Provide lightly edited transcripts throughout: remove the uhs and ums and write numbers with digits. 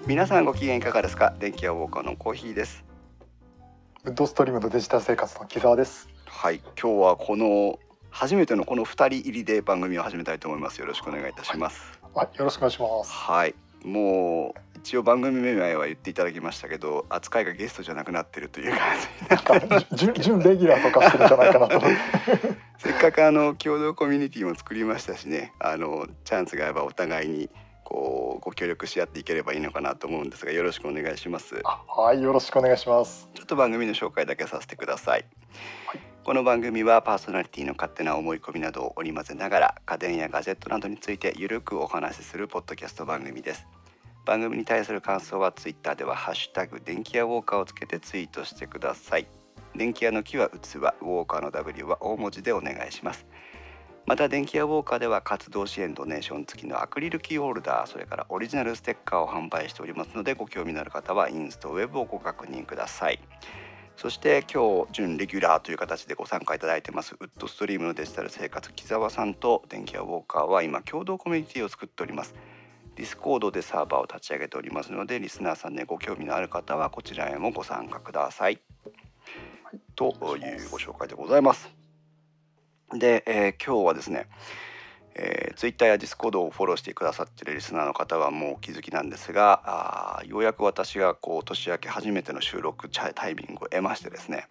皆さんご機嫌いかがですか。電気屋ウォーカーのコーヒーです。 ウッドストリームのデジタル生活の木澤です。 はい、今日はこの初めてのこの2人入りで番組を始めたいと思います。よろしくお願いいたします。 はい、よろしくお願いします。 はい、もう一応番組名は言っていただきましたけど、扱いがゲストじゃなくなってるという感じ準レギュラーとかしてるんじゃないかなとせっかく共同コミュニティも作りましたしね、チャンスがあればお互いにこうご協力し合っていければいいのかなと思うんですが、よろしくお願いします。 はい、よろしくお願いします。 ちょっと番組の紹介だけさせてください。この番組はパーソナリティの勝手な思い込みなどを織り交ぜながら家電やガジェットなどについてゆるくお話しするポッドキャスト番組です。番組に対する感想はツイッターではハッシュタグ電気屋ウォーカーをつけてツイートしてください。電気屋の木は器、ウォーカーの W は大文字でお願いします。また電気屋ウォーカーでは活動支援ドネーション付きのアクリルキーホルダー、それからオリジナルステッカーを販売しておりますので、ご興味のある方はインストウェブをご確認ください。そして今日準レギュラーという形でご参加いただいてますウッドストリームのデジタル生活木澤さんと電気屋ウォーカーは今共同コミュニティを作っております。ディスコードでサーバーを立ち上げておりますので、リスナーさんでご興味のある方はこちらへもご参加ください、というご紹介でございます。で、今日はですね、ツイッターやディスコードをフォローしてくださっているリスナーの方はもうお気づきなんですが、ようやく私が年明け初めての収録タイミングを得ましてですね、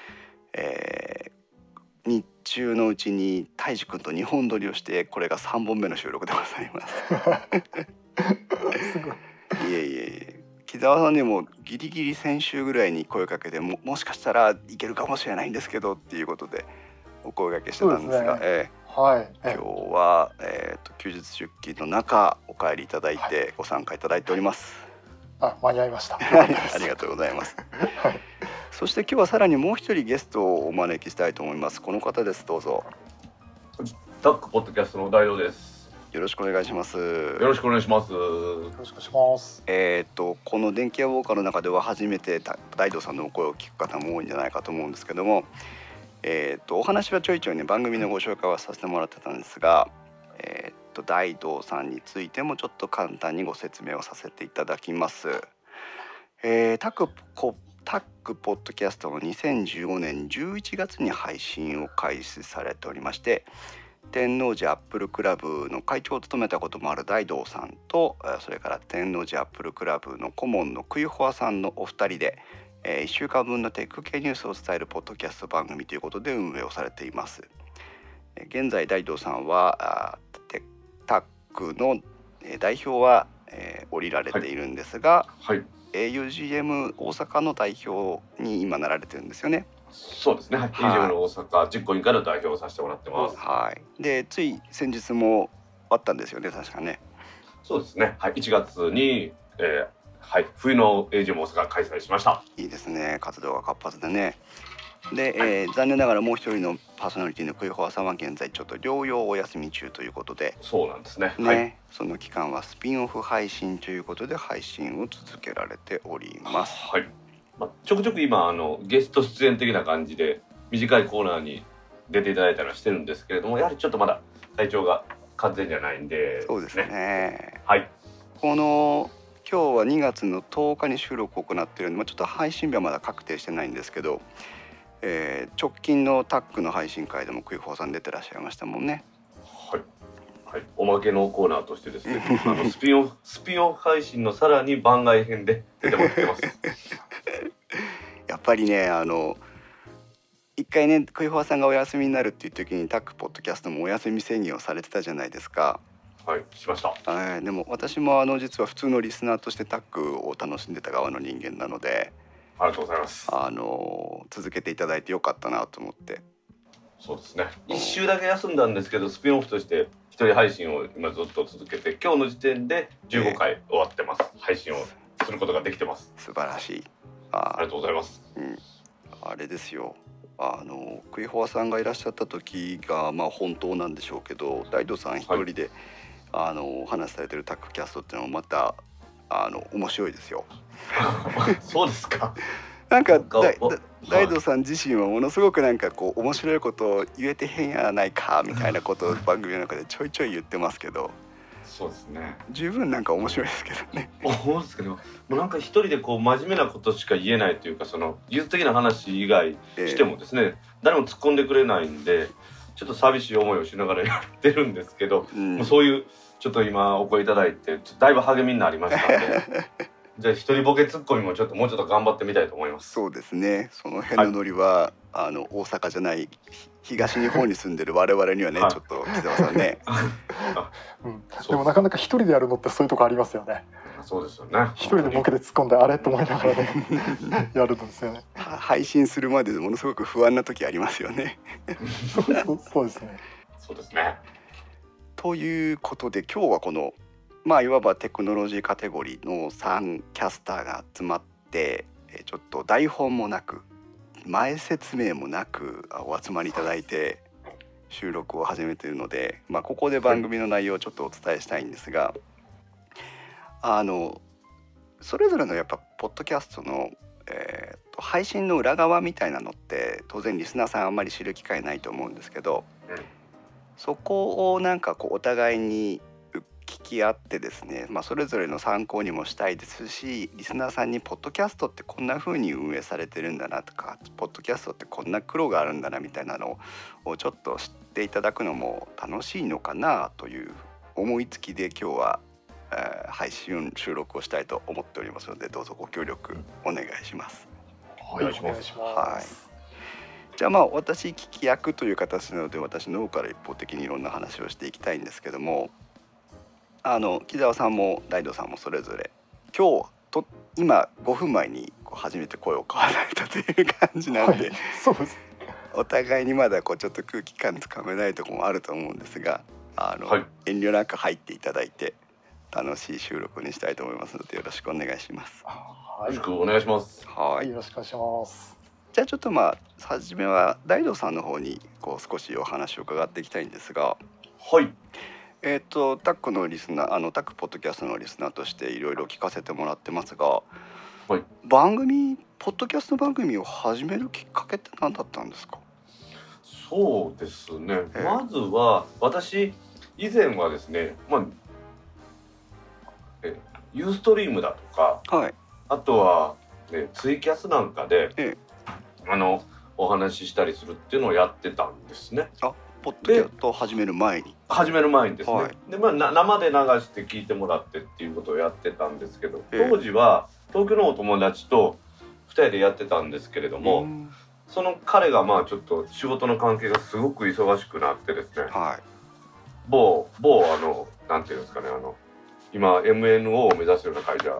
日中のうちに泰治君と2本撮りをして、これが3本目の収録でございますすごい。 いえ木澤さんにもギリギリ先週ぐらいに声かけて もしかしたらいけるかもしれないんですけどっていうことでお声掛けしてたんですが、 はい、 今日は、休日出勤の中お帰りいただいてご参加いただいております。 間に合いましたありがとうございます、はい、そして今日はさらにもう一人ゲストをお招きしたいと思います。この方です、どうぞ。 タックポッドキャストの大道です。 よろしくお願いします。 よろしくお願いします。 よろしくお願いします。 この電気屋ウォーカーの中では初めて大道さんのお声を聞く方も多いんじゃないかと思うんですけども、お話はちょいちょいね番組のご紹介はさせてもらってたんですが、大道さんについてもちょっと簡単にご説明をさせていただきます。タックポッドキャストの2015年11月に配信を開始されておりまして、天王寺アップルクラブの会長を務めたこともある大道さんと、それから天王寺アップルクラブの顧問のクイホアさんのお二人で1週間分のテック系ニュースを伝えるポッドキャスト番組ということで運営をされています。現在大道さんはタックの代表は降りられているんですが、UGM 大阪の代表に今なられてるんですよね。 そうですね、UGM の大阪実行委員会の代表をさせてもらってます。 はい。でつい先日もあったんですよね、確かね。 そうですね、1月に、冬の UGM 大阪開催しました。 いいですね、活動が活発でね。で、残念ながらもう一人のパーソナリティのクイホアさんは現在ちょっと療養お休み中ということで。 そうなんですね。 その期間はスピンオフ配信ということで配信を続けられております。 ちょくちょく今ゲスト出演的な感じで短いコーナーに出ていただいたりはしてるんですけれども、やはりちょっとまだ体調が完全じゃないんで。 そうですね。 この今日は2月の10日に収録を行っているので、ちょっと配信日はまだ確定してないんですけど、直近のタックの配信会でもクイホーさん出てらっしゃいましたもんね。 おまけのコーナーとしてですねスピンオフ配信のさらに番外編で出てもらってますやっぱりね、一回ねクイホアさんがお休みになるっていう時にタックポッドキャストもお休み宣言をされてたじゃないですか。 しました。 でも私も実は普通のリスナーとしてタックを楽しんでた側の人間なので、 ありがとうございます。 続けていただいてよかったなと思って。 そうですね、1週だけ休んだんですけどスピンオフとして一人配信を今ずっと続けて、今日の時点で15回終わってます。配信をすることができてます。 素晴らしい。 ありがとうございます。 あれですよ、クイホアさんがいらっしゃった時が本当なんでしょうけど、大道さん一人で、お話しされてるタックキャストっていうのもまた面白いですよそうですか。 なんか大道さん自身はものすごくなんか面白いことを言えてへんやないかみたいなことを番組の中でちょいちょい言ってますけど、 そうですね。 十分なんか面白いですけどね。 思うんですけど、もうなんか一人でこう真面目なことしか言えないというか、その技術的な話以外してもですね、誰も突っ込んでくれないんで、ちょっと寂しい思いをしながらやってるんですけど、もうそういうちょっと今お声いただいてだいぶ励みになりましたのでじゃあ一人ボケツッコミももうちょっと頑張ってみたいと思います。 そうですね。その辺のノリは、大阪じゃない東日本に住んでる我々にはね、ちょっと木澤さんねでもなかなか一人でやるのってそういうとこありますよね。 そうですよね。 一人でボケで突っ込んであれと思いながらねやるんですよね。 配信するまででものすごく不安な時ありますよねそうですね。 そうですね。 ということで今日はこのいわばテクノロジーカテゴリーの3キャスターが集まってちょっと台本もなく前説明もなくお集まりいただいて収録を始めているので、ここで番組の内容をちょっとお伝えしたいんですが、それぞれのやっぱポッドキャストの、配信の裏側みたいなのって当然リスナーさんあんまり知る機会ないと思うんですけど、そこをなんかこうお互いに聞き合ってですね、それぞれの参考にもしたいですし、リスナーさんにポッドキャストってこんな風に運営されてるんだなとか、ポッドキャストってこんな苦労があるんだなみたいなのをちょっと知っていただくのも楽しいのかなという思いつきで今日は、配信収録をしたいと思っておりますので、どうぞご協力お願いします。 お願いします。 はい。じゃあ私聞き役という形なので、私の方から一方的にいろんな話をしていきたいんですけども、木澤さんも大道さんもそれぞれ今5分前に初めて声を交わられたという感じなんで、 そうです。 お互いにまだちょっと空気感つかめないところもあると思うんですが、遠慮なく入っていただいて楽しい収録にしたいと思いますのでよろしくお願いします。 よろしくお願いします。 はい、よろしくお願いします。 じゃあちょっと初めは大道さんの方に少しお話を伺っていきたいんですが、 はい。 タックのリスナータックポッドキャストのリスナーとしていろいろ聞かせてもらってますが、はい、ポッドキャスト番組を始めるきっかけって何だったんですか？ そうですね、まずは私以前はですね、ユーストリームだとか、あとは、ツイキャスなんかで、お話ししたりするっていうのをやってたんですね。 ポッドキャストを始める前にですね、で生で流して聞いてもらってっていうことをやってたんですけど、当時は東京のお友達と2人でやってたんですけれども、その彼がちょっと仕事の関係がすごく忙しくなってですね、某なんていうんですかね、今 MNO を目指すような会社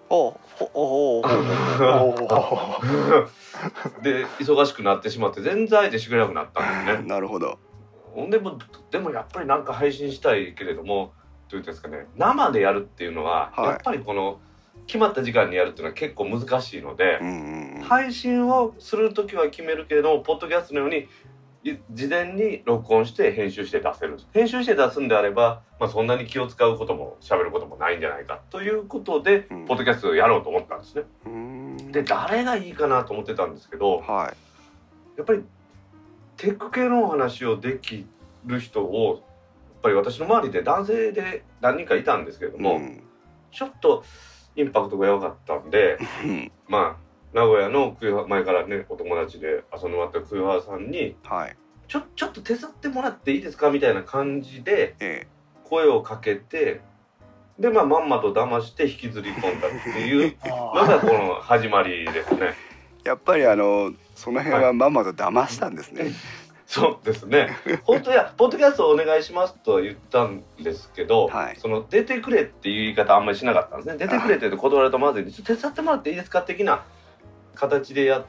で忙しくなってしまって全然相手してくれなくなったんですね。 なるほど。 でもやっぱりなんか配信したいけれども、どういうんですかね、生でやるっていうのは、やっぱりこの決まった時間にやるっていうのは結構難しいので、配信をする時は決めるけれども、ポッドキャストのように事前に録音して編集して出せる。編集して出すんであれば、そんなに気を使うことも喋ることもないんじゃないかということで、ポッドキャストをやろうと思ったんですね。で、誰がいいかなと思ってたんですけど、やっぱりテック系のお話をできる人をやっぱり私の周りで男性で何人かいたんですけれども、ちょっとインパクトが弱かったんで名古屋の前からねお友達で遊んでもらったクイハーさんに、ちょっと手伝ってもらっていいですかみたいな感じで声をかけて、でまんまと騙して引きずり込んだっていうのがこの始まりですね。 やっぱりその辺はまんまと騙したんですね。 そうですね。本当ポッドキャストお願いしますとは言ったんですけど、その出てくれっていう言い方あんまりしなかったんですね。出てくれって言って断られたまずに、手伝ってもらっていいですか的な形でやって、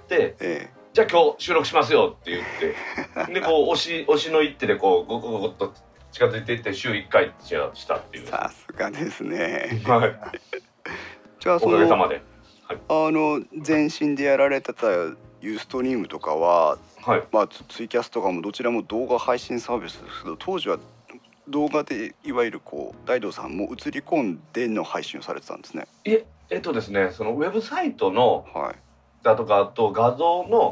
じゃあ今日収録しますよって言って、で押しの一手でゴッと近づいていって週1回したっていう。 さすがですね。 じゃあおかげさまで。 前身でやられてたユーストリームとかは、ツイキャスとかもどちらも動画配信サービスですけど、当時は動画でいわゆる大道さんも映り込んでの配信をされてたんですね。 ですね、そのウェブサイトのだとか、あと画像の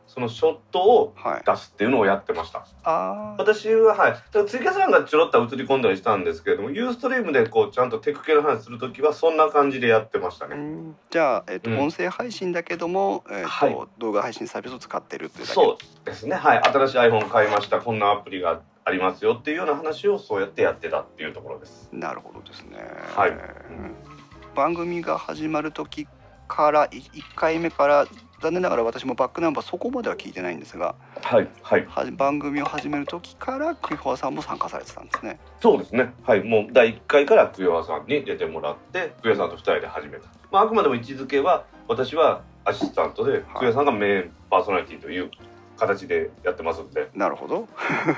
そのショットを出すっていうのをやってました。私はツイキャス欄がちょろっと映り込んだりしたんですけれども、ユーストリームでこうちゃんとテク系の話するときはそんな感じでやってましたね。 じゃあ、音声配信だけども、動画配信サービスを使ってるっていうだけ。 そうですね。新しい iPhone 買いました、こんなアプリがありますよっていうような話をそうやってやってたっていうところです。 なるほどですね。番組が始まる時から1回目から残念ながら私もバックナンバーそこまでは聞いてないんですが、番組を始める時からクイホアさんも参加されてたんですね。 そうですね。もう第1回からクイホアさんに出てもらって、クイホアさんと2人で始めた。あくまでも位置づけは私はアシスタントで、クイホアさんがメインパーソナリティという形でやってますんで。 なるほど。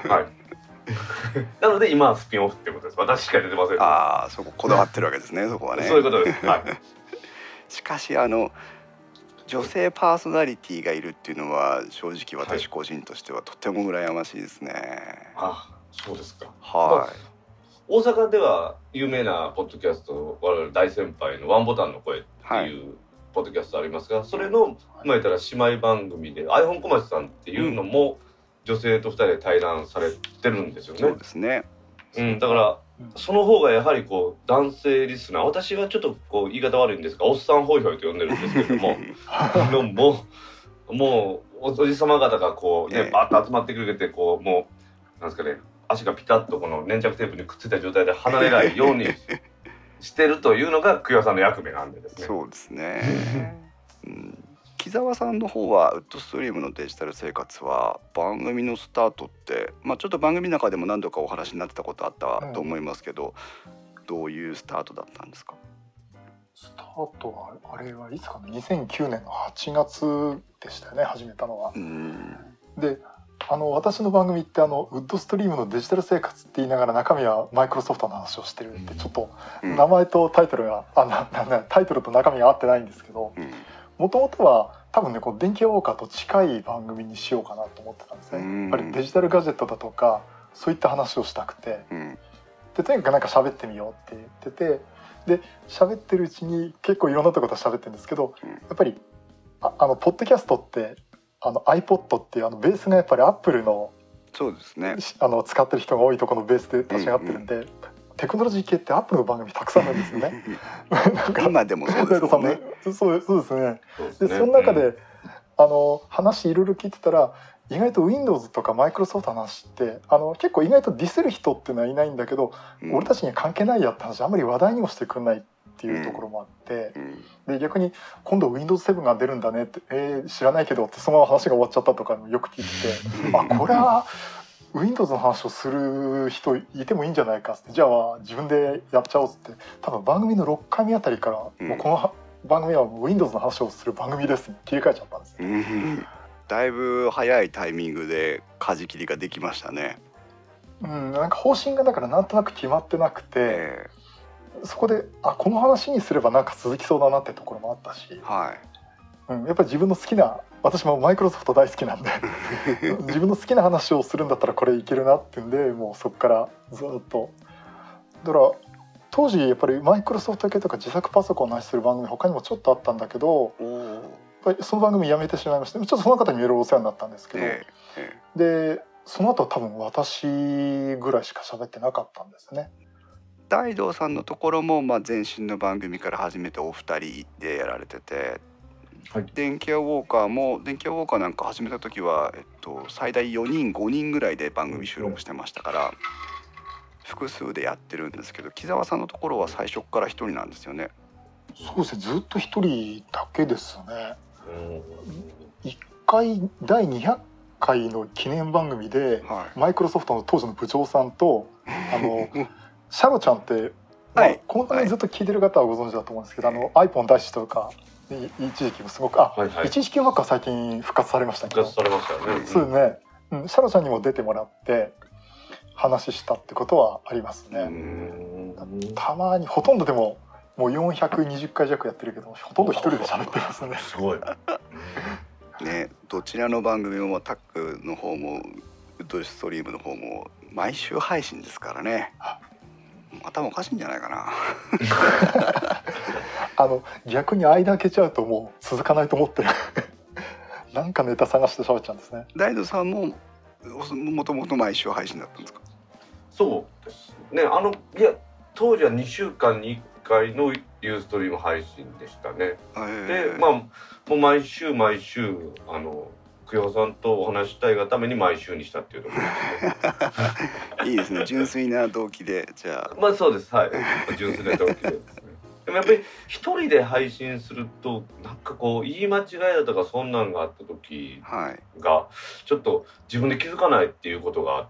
なので今はスピンオフってことです。私しか出てません。 そここだわってるわけですね。そこはね。 そういうことです。 しかし女性パーソナリティがいるっていうのは正直私個人としてはとても羨ましいですね。 そうですか。 大阪では有名なポッドキャスト、我々大先輩のワンボタンの声っていうポッドキャストありますが、それの言ったら姉妹番組でiPhone小町さんっていうのも女性と2人で対談されてるんですよね。 そうですね。 だからその方がやはりこう男性リスナー、私はちょっとこう言い方悪いんですがおっさんホイホイと呼んでるんですけれどももうおじさま方がこうねバーッと集まってくれて、こうもうなんですかね、足がピタッとこの粘着テープにくっついた状態で離れないようにしてるというのがクイワさんの役目なんでですね。 そうですね。木澤さんの方はウッドストリームのデジタル生活は番組のスタートって、ちょっと番組の中でも何度かお話になってたことあったと思いますけど、どういうスタートだったんですか？ スタートはあれはいつかな、2009年の8月でしたよね、始めたのは。で私の番組ってウッドストリームのデジタル生活って言いながら中身はマイクロソフトの話をしてるって、ちょっと名前とタイトルがタイトルと中身が合ってないんですけど、もともとは多分ね、こう電気ウォーカーと近い番組にしようかなと思ってたんですね。やっぱりデジタルガジェットだとかそういった話をしたくて、でとにかくなんか喋ってみようって言ってて、で喋ってるうちに結構いろんなところで喋ってるんですけど、やっぱりポッドキャストってiPod っていうベースがやっぱり Apple のそうですね、 使ってる人が多いところのベースで立ち上がってるんで、テクノロジー系ってアップルの番組たくさんなんですよね。 今でもそうですよね。 そうですね。でその中で話いろいろ聞いてたら、意外と Windows とか Microsoft の話って結構意外とディスる人っていうのはいないんだけど、俺たちには関係ないやって話あんまり話題にもしてくれないっていうところもあって、で逆に今度 Windows 7が出るんだねって、知らないけどってそのまま話が終わっちゃったとかよく聞いてて、これはWindows の話をする人いてもいいんじゃないかって、じゃあ自分でやっちゃおうって、多分番組の6回目あたりから、もうこの番組は Windows の話をする番組ですに切り替えちゃったんです、 だいぶ早いタイミングで舵切りができましたね。 なんか方針がだからなんとなく決まってなくて、そこでこの話にすればなんか続きそうだなってところもあったし、やっぱり自分の好きな、私もマイクロソフト大好きなんで自分の好きな話をするんだったらこれいけるなっていうんで、もうそこからずっと。だから当時やっぱりマイクロソフト系とか自作パソコンの話する番組他にもちょっとあったんだけど、やっぱりその番組やめてしまいまして、ちょっとその方にいろいろお世話になったんですけど、でその後多分私ぐらいしか喋ってなかったんですね。 大道さんのところも前身の番組から始めてお二人でやられてて、電気屋ウォーカーなんか始めた時は、最大4人5人ぐらいで番組収録してましたから、複数でやってるんですけど、木澤さんのところは最初から一人なんですよね。 そうですね、ずっと一人だけですね。1回第200回の記念番組で、マイクロソフトの当時の部長さんとシャロちゃんって、この番組ずっと聞いてる方はご存知だと思うんですけど、iPhone 大使とか一時期もすごく一時期は最近復活されましたけど、 復活されましたよね。 そうですね、シャロちゃんにも出てもらって話したってことはありますね。たまにほとんどでももう420回弱やってるけど、ほとんど一人で喋ってますね。 すごいね、どちらの番組もタックの方もウッドストリームの方も毎週配信ですからね。頭おかしいんじゃないかな逆に間開けちゃうともう続かないと思ってるなんかネタ探して喋っちゃうんですね。 大道さんももともと毎週配信だったんですか？ そうですね。いや当時は2週間に1回のユーストリーム配信でしたね。でもう毎週久代さんとお話したいがために毎週にしたっていうところですね。 いいですね。純粋な動機でじゃあ。そうです。はい。純粋な動機でですね。でもやっぱり一人で配信するとなんかこう言い間違いだとかそんなんがあった時がちょっと自分で気づかないっていうことがあって、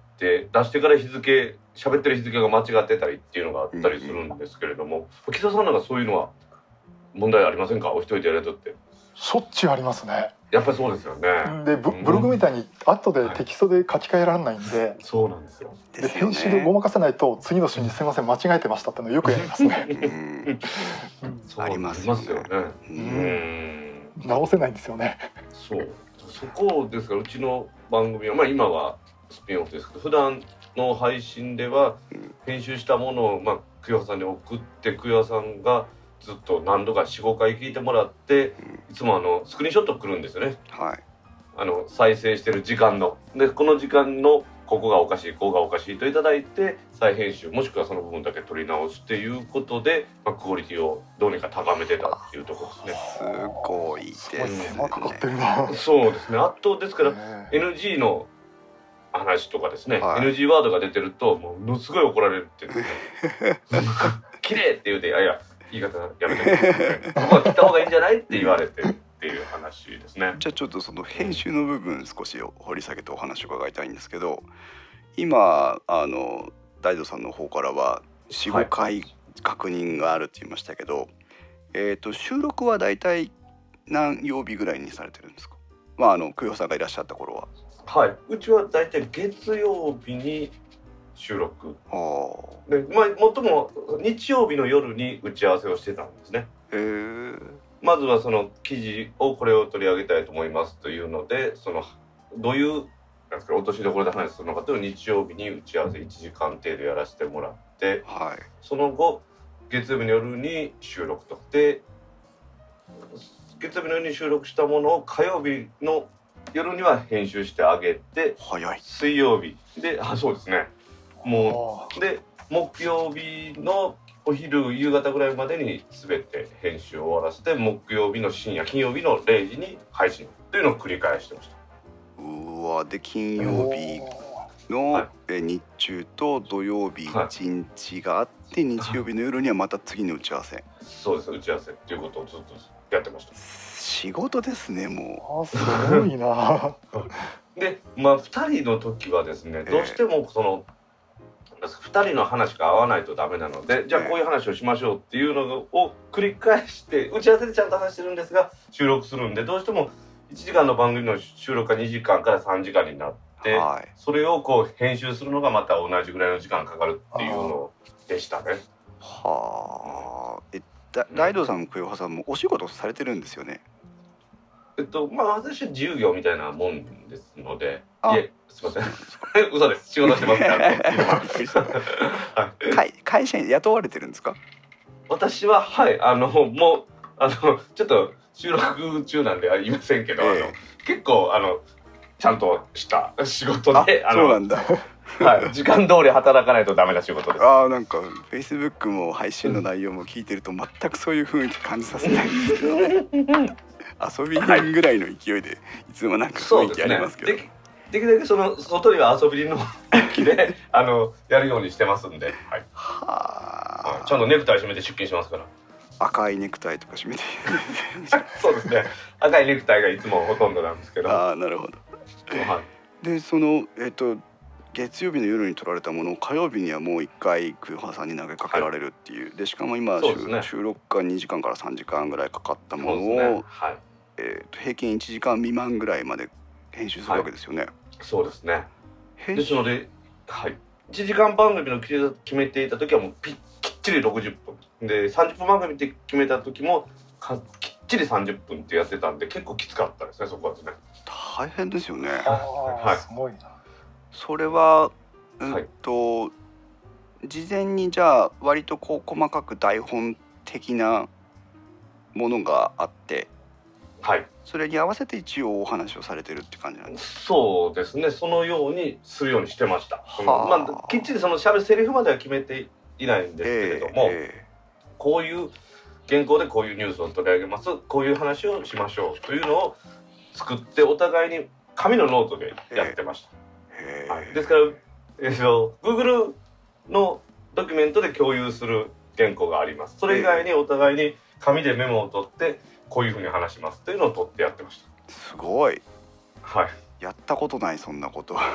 出してから喋ってる日付が間違ってたりっていうのがあったりするんですけれども、木田さんなんかそういうのは問題ありませんか？お一人でやるとってしょっちゅうありますね。 やっぱりそうですよね。 でブログみたいに後でテキストで書き換えられないんで、 そうなんですよ。 で編集でごまかせないと次の週にすいません間違えてましたってのをよくやりますね。 ありますよね。 直せないんですよね。 そこですからうちの番組は今はスピンオフですけど、普段の配信では編集したものを久代さんに送って、久代さんがずっと何度か 4,5 回聞いてもらって、いつもスクリーンショット来るんですよね。再生してる時間ので、この時間のここがおかしいここがおかしいといただいて再編集もしくはその部分だけ取り直すっていうことで、クオリティをどうにか高めてたっていうところですね。 すごいですね。 かかってるな。 そうですね。あとですから NG の話とかですね、NG ワードが出てるとものすごい怒られるっていうね。綺麗って言うて、いや言い方やめてください、ここは切った方がいいんじゃないって言われてっていう話ですね。 じゃあちょっとその編集の部分少し掘り下げてお話を伺いたいんですけど、今大道さんの方からは 4,5 回確認があるって言いましたけど、収録はだいたい何曜日ぐらいにされてるんですか？久代さんがいらっしゃった頃は。 はい、うちはだいたい月曜日に収録で、もっとも日曜日の夜に打ち合わせをしてたんですね。まずはその記事をこれを取り上げたいと思いますというので、どういう落としどころで話するのかというのを日曜日に打ち合わせ1時間程度やらせてもらって、その後月曜日の夜に収録とで、月曜日の夜に収録したものを火曜日の夜には編集してあげて、水曜日でそうですね。もうで木曜日のお昼夕方ぐらいまでに全て編集を終わらせて、木曜日の深夜金曜日の0時に配信というのを繰り返してました。 で金曜日の日中と土曜日1日があって、日曜日の夜にはまた次の打ち合わせ。 そうです、打ち合わせっていうことをずっとやってました。 仕事ですね。もうすごいな。 で2人の時はですね、どうしても2人の話が合わないとダメなので、じゃあこういう話をしましょうっていうのを繰り返して、打ち合わせでちゃんと話してるんですが収録するんで、どうしても1時間の番組の収録が2時間から3時間になって、それを編集するのがまた同じぐらいの時間かかるっていうのでしたね。 大道さんも久代さんもお仕事されてるんですよね。 私は自由業みたいなもんですので、すいません嘘です、仕事してます会社に雇われてるんですか？ 私はもうちょっと収録中なんでは言いませんけど、結構ちゃんとした仕事で、 そうなんだ時間通り働かないとダメな仕事です。 なんか Facebook も配信の内容も聞いてると全くそういう雰囲気感じさせないんですけど遊び人ぐらいの勢いでいつもなんか雰囲気ありますけど、 できるだけ外には遊び人の気でやるようにしてますんで、ちゃんとネクタイ締めて出勤しますから。 赤いネクタイとか締めてそうですね、赤いネクタイがいつもほとんどなんですけど。 なるほど。で月曜日の夜に撮られたものを火曜日にはもう一回久代さんに投げかけられるっていう、でしかも今収録が2時間から3時間ぐらいかかったものを、平均1時間未満ぐらいまで編集するわけですよね。 そうですね。ですので、1時間番組の決めていた時はもうきっちり60分で、30分番組って決めた時もきっちり30分ってやってたんで、結構きつかったですね、そこはですね。 大変ですよね。 すごいな。 それは事前にじゃあ割と細かく台本的なものがあってはい、 それに合わせて一応お話をされてるって感じなんですか？ そうですね、そのようにするようにしてました。まあ、きっちりその喋るセリフまでは決めていないんですけれども、こういう原稿でこういうニュースを取り上げます、こういう話をしましょうというのを作ってお互いに紙のノートでやってました。はい、ですから、Google のドキュメントで共有する原稿があります。それ以外にお互いに紙でメモを取ってこういうふうに話しますというのを取ってやってました。 すごい。 はい。 やったことない、そんなこと。はい 。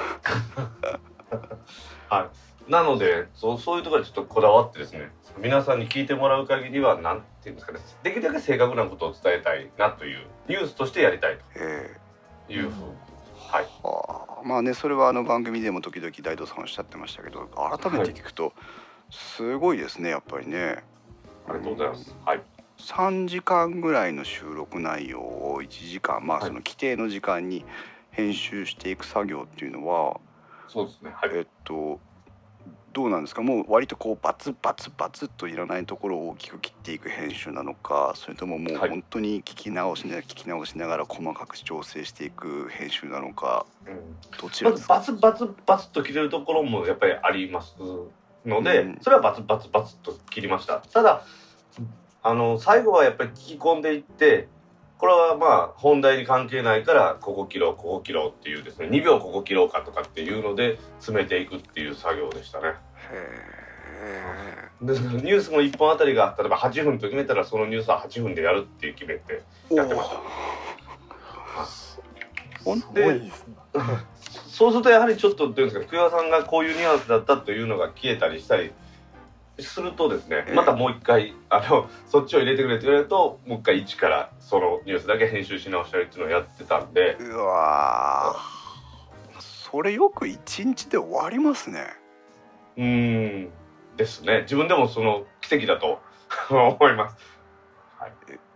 なのでそういうところでちょっとこだわってですね、皆さんに聞いてもらう限りはなんていうんですかね、できるだけ正確なことを伝えたいなというニュースとしてやりたいというふうに、はい。 まあね、それは番組でも時々大道さんおっしゃってましたけど、改めて聞くとすごいですね、やっぱりね。 ありがとうございます。はい。 3時間ぐらいの収録内容を1時間、まあその規定の時間に編集していく作業っていうのは、 そうですね。はい。 どうなんですか？もう割とこうバツバツバツっといらないところを大きく切っていく編集なのか、それとももう本当に聞き直しながら細かく調整していく編集なのか、どちらですか？ バツバツバツと切れるところもやっぱりありますので、それはバツバツバツと切りました。ただ最後はやっぱり聞き込んでいって、これはまあ本題に関係ないからここ切ろうここ切ろうっていうですね、2秒ここ切ろうかとかっていうので詰めていくっていう作業でしたね。でニュースも1本あたりが例えば8分と決めたら、そのニュースは8分でやるって決めてやってました。 すごいですね。 そうするとやはりちょっとどういうんですか、福山さんがこういうニュアンスだったというのが消えたりしたりするとですね、またもう一回そっちを入れてくれって言われると、もう一回一からそのニュースだけ編集し直したりっていうのをやってたんで。 うわー、それよく1日で終わりますね。 ですね。自分でもその奇跡だと思います。はい、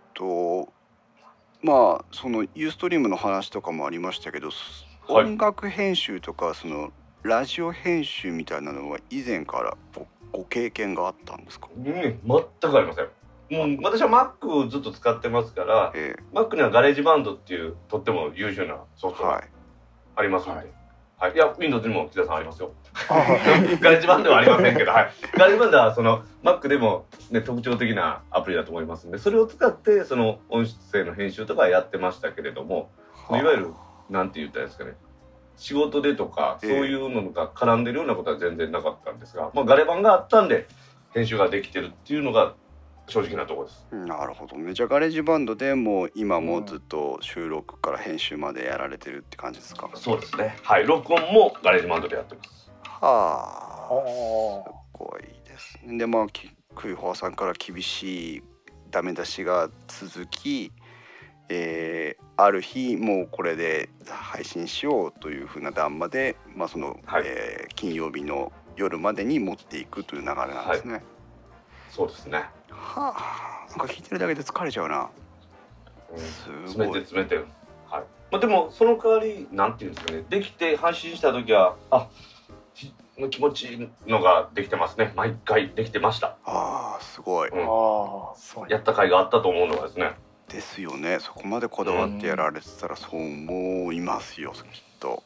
まあそのユーストリームの話とかもありましたけど、音楽編集とかそのラジオ編集みたいなのは以前からご経験があったんですか？ 全くありません。もう私は Mac ずっと使ってますから、Mac にはガレージバンドっていうとっても優秀なソフトがありますので、いや Windows にも木田さんありますよ。ガレージバンドはありませんけど、ガレージバンドはその Mac でも、ね、特徴的なアプリだと思いますので、それを使ってその音声の編集とかやってましたけれども、いわゆるなんて言ったらいいですかね、仕事でとかそういうのが絡んでるようなことは全然なかったんですが、ガレ版があったんで編集ができてるっていうのが正直なところです。 なるほどね。じゃあガレージバンドでも今もずっと収録から編集までやられてるって感じですか？ そうですね。はい、録音もガレージバンドでやってます。 はあ、すごいですね。でまあクイホアさんから厳しいダメ出しが続き、ある日もうこれで配信しようというふうな談まで、まあその金曜日の夜までに持っていくという流れなんですね。 そうですね。 はあ、なんか聞いてるだけで疲れちゃうな。 詰めて、でもその代わりなんていうんですかね、できて配信した時は気持ちいいのができてますね。毎回できてました。 すごい。 やった甲斐があったと思うのはですね。 ですよね。そこまでこだわってやられてたらそう思いますよ、きっと。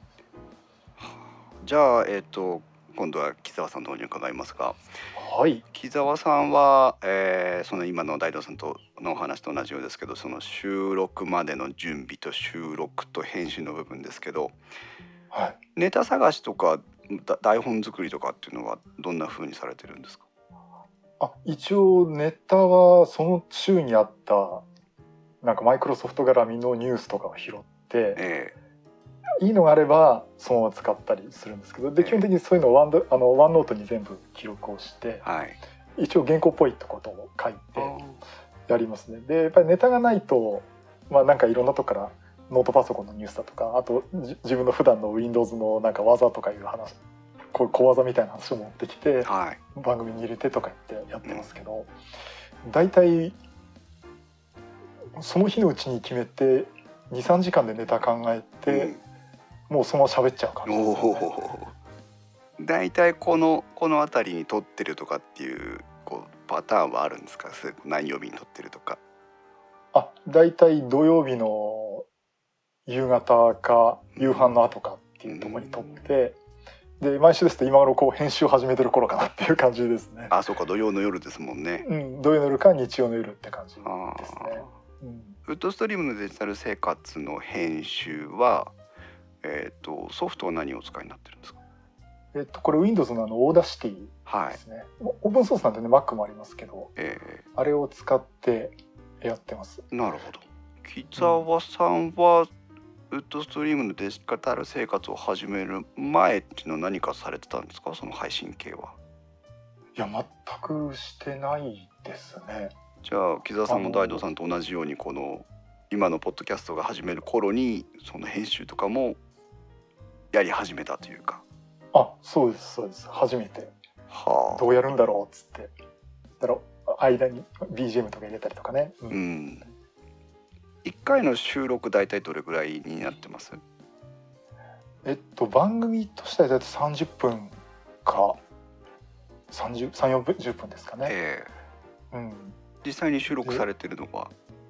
じゃあ今度は木澤さんの方に伺いますが、木澤さんは、その今の大道さんとのお話と同じようですけど、その収録までの準備と収録と編集の部分ですけど、ネタ探しとか台本作りとかっていうのはどんな風にされてるんですか？ 一応ネタはその週にあったなんかマイクロソフト絡みのニュースとかを拾って、いいのがあればそのまま使ったりするんですけど、で基本的にそういうのをワンノートに全部記録をして、一応原稿っぽいとことを書いてやりますね。でやっぱりネタがないと、なんかいろんなとこからノートパソコンのニュースだとか、あと自分の普段の Windows のなんか技とかいう話、こういう小技みたいな話を持ってきて、番組に入れてとか言ってやってますけど、だいたいその日のうちに決めて 2,3 時間でネタ考えて、もうそのまま喋っちゃう感じですね。 だいたいこの辺りに撮ってるとかっていうパターンはあるんですか？何曜日に撮ってるとか。 だいたい土曜日の夕方か夕飯の後かっていうところに撮って、で毎週ですと今頃こう編集を始めてる頃かなっていう感じですね。 そうか、土曜の夜ですもんね。 土曜の夜か日曜の夜って感じですね。 ウッドストリームのデジタル生活の編集は、ソフトは何をお使いになってるんですか？ これ Windows のオーダーシティですね。オープンソースなんでね Mac もありますけど、あれを使ってやってます。 なるほど。木澤さんはウッドストリームのデジタル生活を始める前っていうのは何かされてたんですか？その配信系は。 いや全くしてないですね。 じゃあ木澤さんも大道さんと同じようにこの今のポッドキャストが始める頃にその編集とかもやり始めたというか。 そうですそうです。初めてどうやるんだろうっつって間に BGM とか入れたりとかね。1 回の収録大体どれぐらいになってます？ 番組としては大体30分か3040分ですかね。 実際に収録されてるのは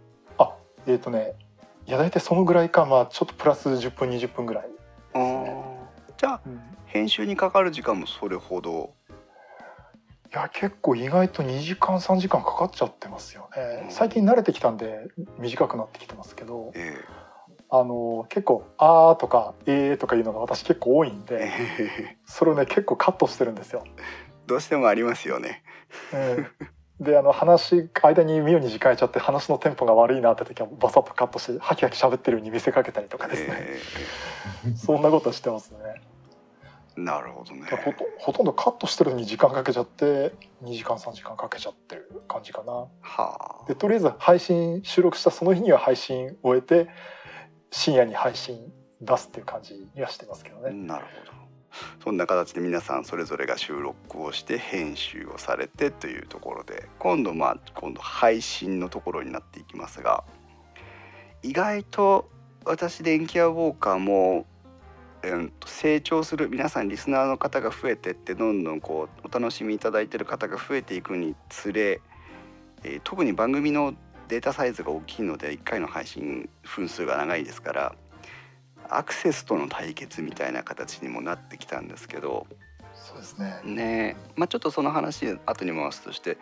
いや大体そのぐらいか、ちょっとプラス10分20分ぐらいですね。 じゃあ、編集にかかる時間もそれほど？ いや結構意外と2時間3時間かかっちゃってますよね。最近慣れてきたんで短くなってきてますけど、結構「あ」とか「とかいうのが私結構多いんで、それをね結構カットしてるんですよ。 どうしてもありますよね。 で間に妙に時間空いちゃって話のテンポが悪いなって時はバサッとカットしてハキハキ喋ってるように見せかけたりとかですね、そんなことしてますね。 なるほどね。 ほとんどカットしてるのに時間かけちゃって2時間3時間かけちゃってる感じかな。でとりあえず収録したその日には配信終えて深夜に配信出すっていう感じにはしてますけどね。 なるほど。そんな形で皆さんそれぞれが収録をして編集をされてというところで今度配信のところになっていきますが、意外と私電気屋ウォーカーも、成長する皆さんリスナーの方が増えてってどんどんお楽しみいただいている方が増えていくにつれ、特に番組のデータサイズが大きいので1回の配信分数が長いですからアクセスとの対決みたいな形にもなってきたんですけど。 そうですね。 ちょっとその話後に回すとして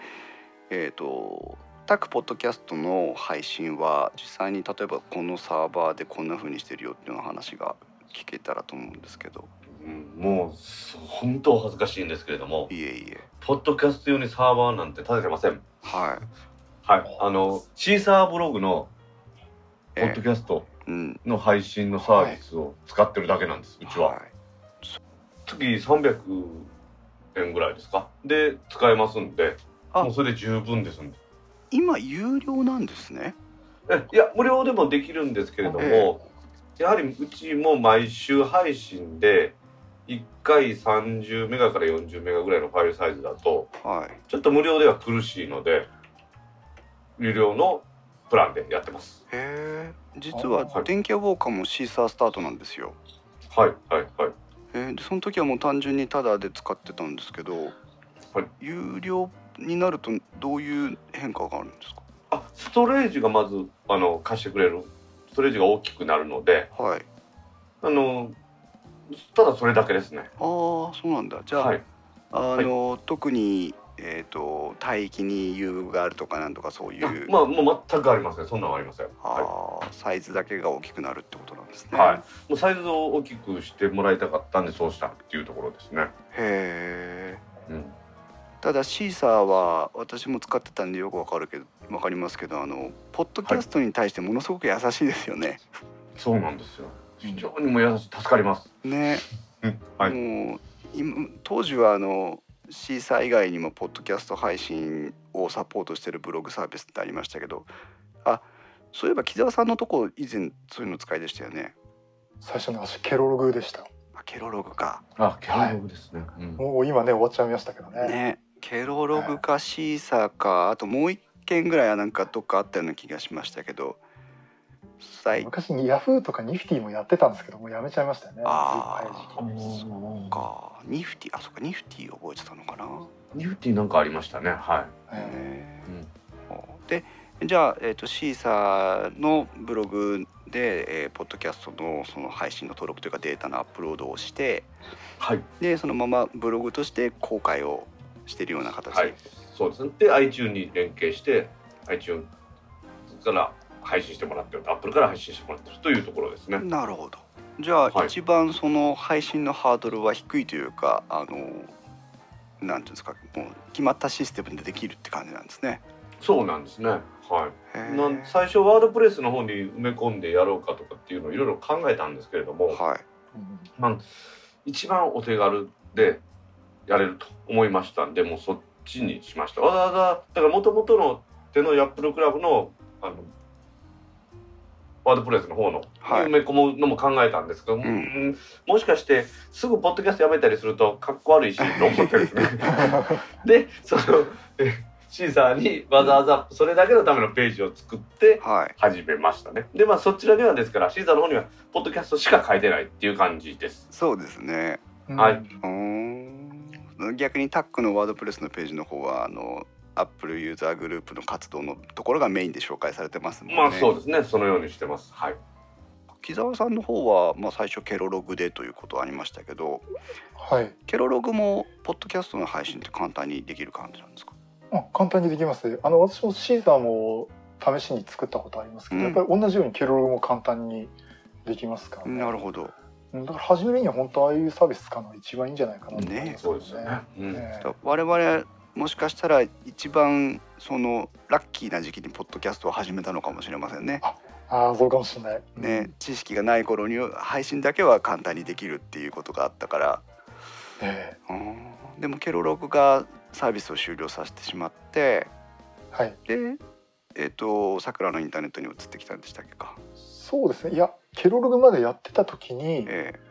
各ポッドキャストの配信は実際に例えばこのサーバーでこんな風にしてるよっていうの話が聞けたらと思うんですけど。 もう本当恥ずかしいんですけれども、ポッドキャスト用にサーバーなんて立ててません。シーサーブログのポッドキャストの配信のサービスを使ってるだけなんです、うちは。月300円ぐらいですかで使えますんで、もうそれで十分ですんで。 今有料なんですね。 いや無料でもできるんですけれども、やはりうちも毎週配信で1回30メガから40メガぐらいのファイルサイズだと、ちょっと無料では苦しいので有料のプランでやってます。 実は電気屋ウォーカーもシーサースタートなんですよ。でその時はもう単純にタダで使ってたんですけど、有料になるとどういう変化があるんですか？ ストレージがまず貸してくれるストレージが大きくなるので、ただそれだけですね。 そうなんだ。じゃあ、特に帯域に優遇があるとかなんとかそういうもう全くありません。そんなのはありません。 サイズだけが大きくなるってことなんですね。 もうサイズを大きくしてもらいたかったんでそうしたっていうところですね。 ただシーサーは私も使ってたんでよくわかりますけどポッドキャストに対してものすごく優しいですよね。 そうなんですよ。非常にも優しい、助かりますね。もう当時はシーサー以外にもポッドキャスト配信をサポートしてるブログサービスってありましたけど、そういえば木澤さんのとこ以前そういうの使いでしたよね。 最初の私ケロログでした。 ケロログか。 ケロログですね。 もう今ね終わっちゃいましたけどね。 ケロログかシーサーか、あともう一件ぐらいはなんかどっかあったような気がしましたけど、 昔にヤフーとかニフティもやってたんですけどもうやめちゃいましたよね。 そうか、ニフティ、そうか、ニフティ覚えてたのかな。 ニフティなんかありましたね。で、 じゃあ、シーサーのブログで、ポッドキャストのその配信の登録というかデータのアップロードをして、 はい、 でそのままブログとして公開をしているような形で、 はい、そうですね。で iTunes に連携して iTunes から配信してもらってる、Apple から配信してもらってるというところですね。 なるほど。じゃあ、一番その配信のハードルは低いというか、なんていうんですか、もう決まったシステムでできるって感じなんですね。 そうなんですね。はい。最初ワードプレスの方に埋め込んでやろうかとかっていうのをいろいろ考えたんですけれども、 はい、 一番お手軽でやれると思いましたんで、もうそっちにしました。わざわざだから元々の手のヤップルクラブのワードプレスの方のに埋め込むのも考えたんですけど、もしかしてすぐポッドキャストやめたりするとかっこ悪いしと思ってですねでそのシーサーにわざわざそれだけのためのページを作って始めましたね。でそちらにはですからシーサーの方にはポッドキャストしか書いてないっていう感じです。 そうですね。 はい。 逆にタックのワードプレスのページの方はApple ユーザーグループの活動のところがメインで紹介されてますもんね。 そうですね。そのようにしてます。はい。 木澤さんの方は、最初ケロログでということはありましたけど、 はい、 ケロログもポッドキャストの配信って簡単にできる感じなんですか？ 簡単にできます。私もシーザーも試しに作ったことありますけど、やっぱり同じようにケロログも簡単にできますからね。 なるほど。 だから始めるには本当ああいうサービス使うのが一番いいんじゃないかなと思いますそうですよね。 我々もしかしたら一番そのラッキーな時期にポッドキャストを始めたのかもしれませんね。 そうかもしれない。 ね、知識がない頃に配信だけは簡単にできるっていうことがあったから。でもケロログがサービスを終了させてしまって、 はい、 でさくらのインターネットに移ってきたんでしたっけか。 そうですね。いやケロログまでやってた時に、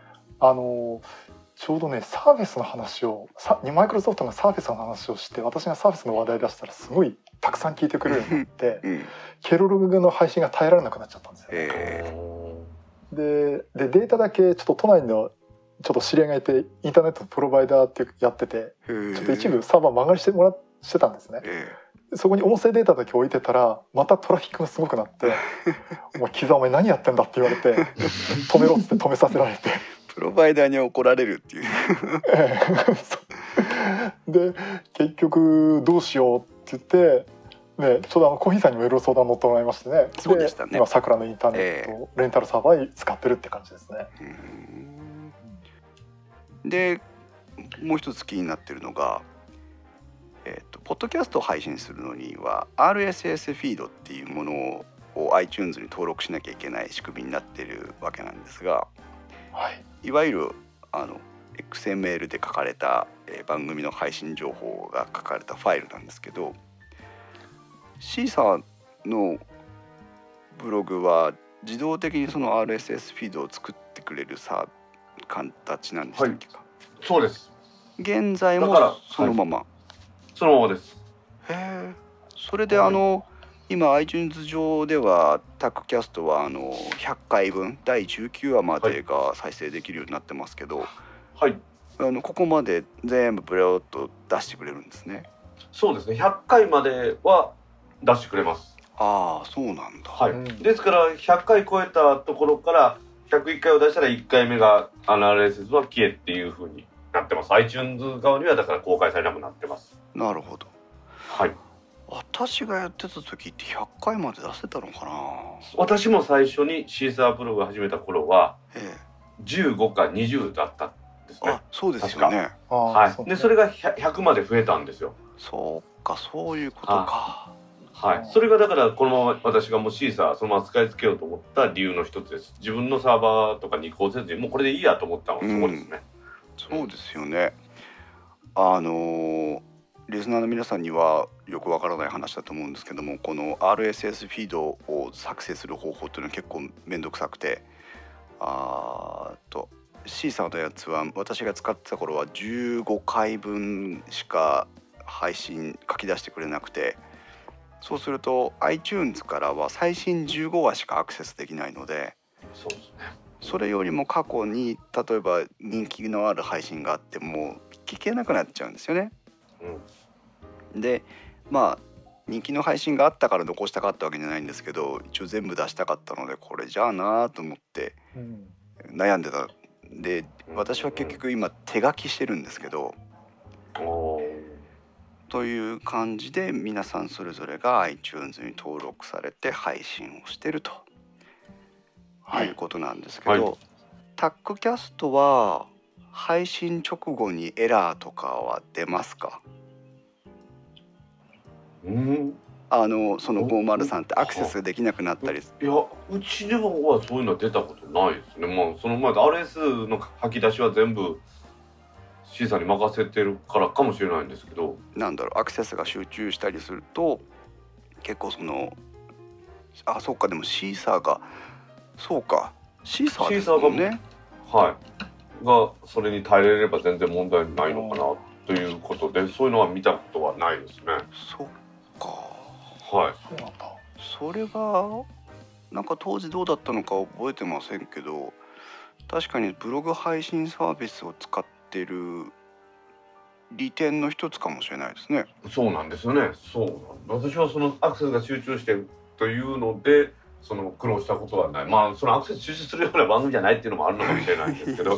ちょうどねサーフェスの話をマイクロソフトのサーフェスの話をして私がサーフェスの話題出したらすごいたくさん聞いてくれるようになって、ケロログの配信が耐えられなくなっちゃったんですよね。でデータだけちょっと都内のちょっと知り合いがいてインターネットのプロバイダーってやっててちょっと一部サーバー間借りしてたんですね。そこに音声データだけ置いてたらまたトラフィックがすごくなって「お前木澤お前何やってんだ」って言われて止めろって止めさせられてプロバイダーに怒られるっていうで結局どうしようって言ってね、ちょうどコーヒーさんにもいろいろ相談乗ってもらいましてね。 そうでしたね。 今さくらのインターネット、レンタルサーバー使ってるって感じですね。 でもう一つ気になってるのが、ポッドキャストを配信するのには RSS フィードっていうものを iTunes に登録しなきゃいけない仕組みになってるわけなんですが、いわゆるXML で書かれた、番組の配信情報が書かれたファイルなんですけど、シーサーのブログは自動的にその RSS フィードを作ってくれる形なんでしたっけか？ そうです。 現在もそのまま。 そのままです。 へえ。それで今 iTunes 上ではタックキャストは100回分第19話までが再生できるようになってますけど、ここまで全部ブレオッと出してくれるんですね。 そうですね。100回までは出してくれます。 そうなんだ。 ですから100回超えたところから101回を出したら1回目がRSS は消えっていう風になってます。 iTunes 側にはだから公開されなくなってます。 なるほど。私がやってた時って100回まで出せたのかな。 私も最初にシーサーブログを始めた頃は15か20だったんですね。 そうですよね。 でそれが100まで増えたんですよ。 そうか、そういうことか。 それがだからこのまま私がもうシーサーそのまま使い付けようと思った理由の一つです。自分のサーバーとかに移行せずにもうこれでいいやと思ったのはそこですね。 そうですよね。リスナーの皆さんにはよくわからない話だと思うんですけども、この RSS フィードを作成する方法っていうのは結構めんどくさくて、シーサーのやつは私が使ってた頃は15回分しか配信書き出してくれなくて、そうすると iTunes からは最新15話しかアクセスできないので、それよりも過去に例えば人気のある配信があっても聞けなくなっちゃうんですよね。で人気の配信があったから残したかったわけじゃないんですけど、一応全部出したかったのでこれじゃあなと思って悩んでた。で私は結局今手書きしてるんですけど、という感じで皆さんそれぞれが iTunes に登録されて配信をしてるということなんですけど、はい、タックキャストは配信直後にエラーとかは出ますか？その503ってアクセスできなくなったり。 いや、うちではそういうのは出たことないですね。まあその前で RS の吐き出しは全部C さんに任せてるからかもしれないんですけど、 なんだろう、アクセスが集中したりすると結構そうか、でもシーサーがそうか、シーサーですもんね。 はいがそれに耐えれれば全然問題ないのかなということで、そういうのは見たことはないですね。 そっか、 はい。 そうなんだ。 それがなんか当時どうだったのか覚えてませんけど、確かにブログ配信サービスを使ってる利点の一つかもしれないですね。 そうなんですよね。私はそのアクセスが集中してるというのでその苦労したことはない。まあそのアクセス集中するような番組じゃないっていうのもあるのかもしれないんですけどはい、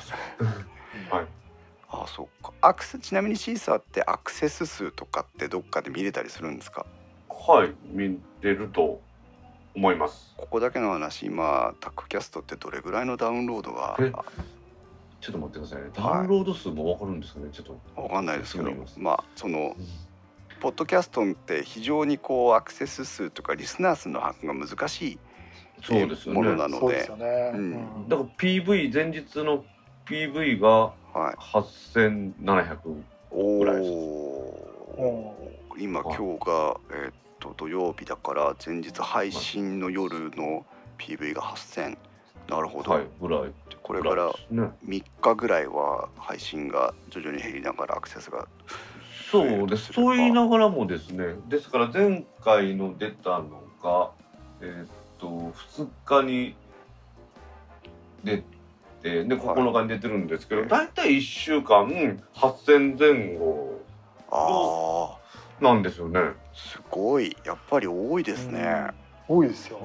あ、そうか。ちなみにシーサーってアクセス数とかってどっかで見れたりするんですか？ はい、見れると思います。 ここだけの話、今タックキャストってどれぐらいのダウンロードが？ ちょっと待ってくださいね。ダウンロード数も分かるんですかね。ちょっと分かんないですけど、まあポッドキャストって非常にこうアクセス数とかリスナー数の把握が難しいものなので、 だから PV 前日の PV が8700ぐらいです。 今今日が土曜日だから前日配信の夜の PV が8000。なるほど、 ぐらい。 これから3日ぐらいは配信が徐々に減りながらアクセスが、 そうです。そう言いながらもですね、ですから前回の出たのが2日に出て、で9日に出てるんですけど、だいたい1週間8000前後なんですよね。 すごい、やっぱり多いですね。 多いですよ。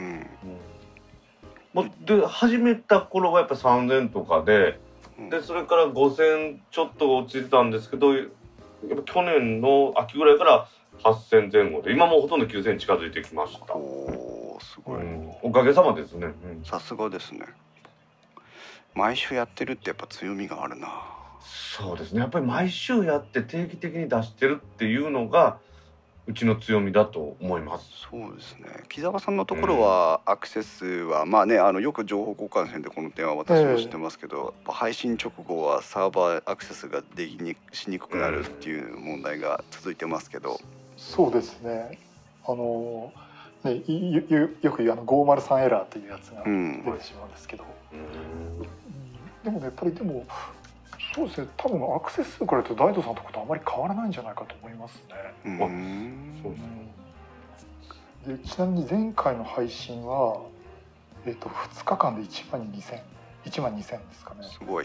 で始めた頃はやっぱ3000とかで、それから5000ちょっと落ちてたんですけど、やっぱ去年の秋ぐらいから8000前後で、今もうほとんど9000近づいてきました。 おー、すごい、 おかげさまですね。 さすがですね。毎週やってるってやっぱ強みがあるな。 そうですね、やっぱり毎週やって定期的に出してるっていうのがうちの強みだと思います。 そうですね。木澤さんのところはアクセスはまあね、よく情報交換線でこの点は私も知ってますけど、やっぱ配信直後はサーバーアクセスがしにくくなるっていう問題が続いてますけど。 そうですね。ね、よく言う503エラーっていうやつが出てしまうんですけど、でもね、やっぱりそうですね、多分アクセス数から言うと大東さんのとことあまり変わらないんじゃないかと思いますね。でちなみに前回の配信は、2日間で1万2000ですかね。 すごい。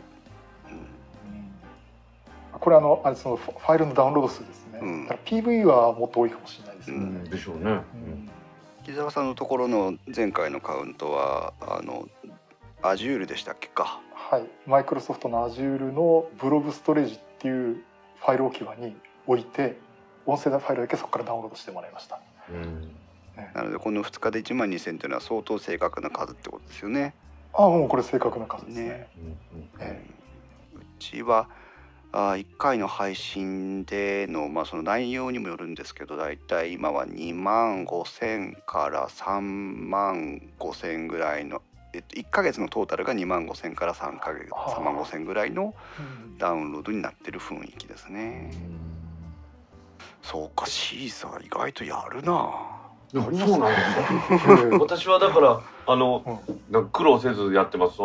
これそのファイルのダウンロード数ですね。だから PV はもっと多いかもしれないですね。 でしょうね。 木澤さんのところの前回のカウントはAzure でしたっけか。 はい、マイクロソフトの Azure のブログストレージっていうファイル置き場に置いて、音声ファイルだけそこからダウンロードしてもらいました。 なのでこの2日で1万2000というのは相当正確な数ってことですよね。 もうこれ正確な数ですね。 うちは1回の配信での、その内容にもよるんですけど、だいたい今は2万5000から3万5000ぐらいの、1ヶ月のトータルが2万5000から3万5000ぐらいのダウンロードになってる雰囲気ですね。そうか、シーサー意外とやるな。 そうなんですよ。私はだから苦労せずやってます。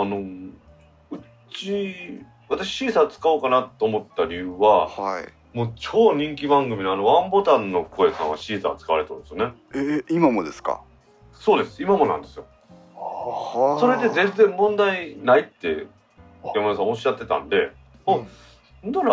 私シーサー使おうかなと思った理由は、もう超人気番組のワンボタンの声さんはシーサー使われてるんですよね。 今もですか？ そうです、今もなんですよ。それで全然問題ないって山田さんおっしゃってたんで、なら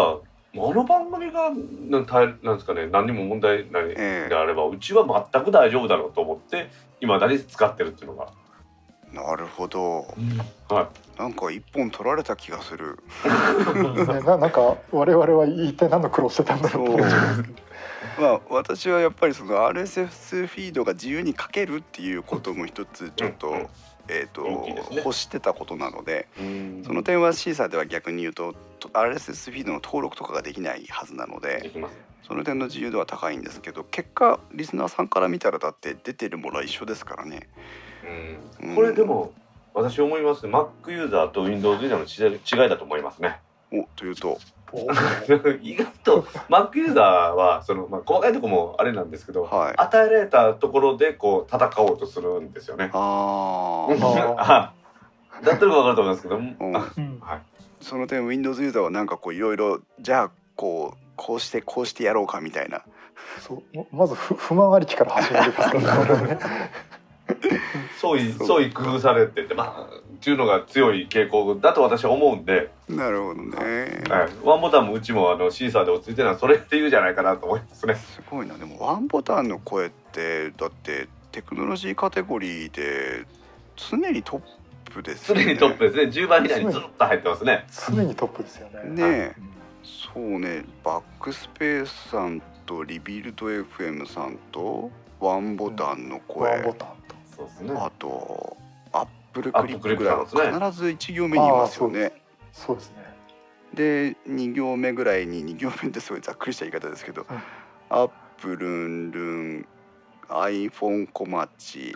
の番組がなんですかね、何にも問題ないであれば、うちは全く大丈夫だろうと思って今だに使ってるっていうのが。 なるほど、 はい、 なんか一本取られた気がするなんか我々は一体何の苦労してたんだろうと思っちゃうんですけどまあ私はやっぱりその RSS フィードが自由に書けるっていうことも一つちょっと、欲してたことなので、その点はシーサーでは逆に言うと RSS フィードの登録とかができないはずなので、その点の自由度は高いんですけど、結果リスナーさんから見たらだって出てるものは一緒ですからね。 これでも私思います。 Mac ユーザーと Windows ユーザーの違いだと思いますね。 というと意外と Mac ユーザーはその、細かいところもあれなんですけど、与えられたところでこう戦おうとするんですよね。だったら分かると思いますけど、はい、 その点 Windows ユーザーはなんかこういろいろじゃあこうしてやろうかみたいな、 そうまず不満ありきから始まりますからね創意工夫されてて、っていうのが強い傾向だと私は思うんで。 なるほどね、 ワンボタンもうちもシーサーで落ち着いてるのはそれっていうじゃないかなと思いますね。 すごいな。でもワンボタンの声ってだってテクノロジーカテゴリーで常にトップですよね。 常にトップですね。10番以内にずっと入ってますね。 常にトップですよね。 ねえ、そうね。バックスペースさんとリビルド FM さんとワンボタンの声、 ワンボタンと、 そうですね、 あとアップルクリックぐらいは必ず1行目にいますよね。 そうですね。 で2行目ぐらいに、2行目ってすごいざっくりした言い方ですけど、アップルンルン iPhone 小町、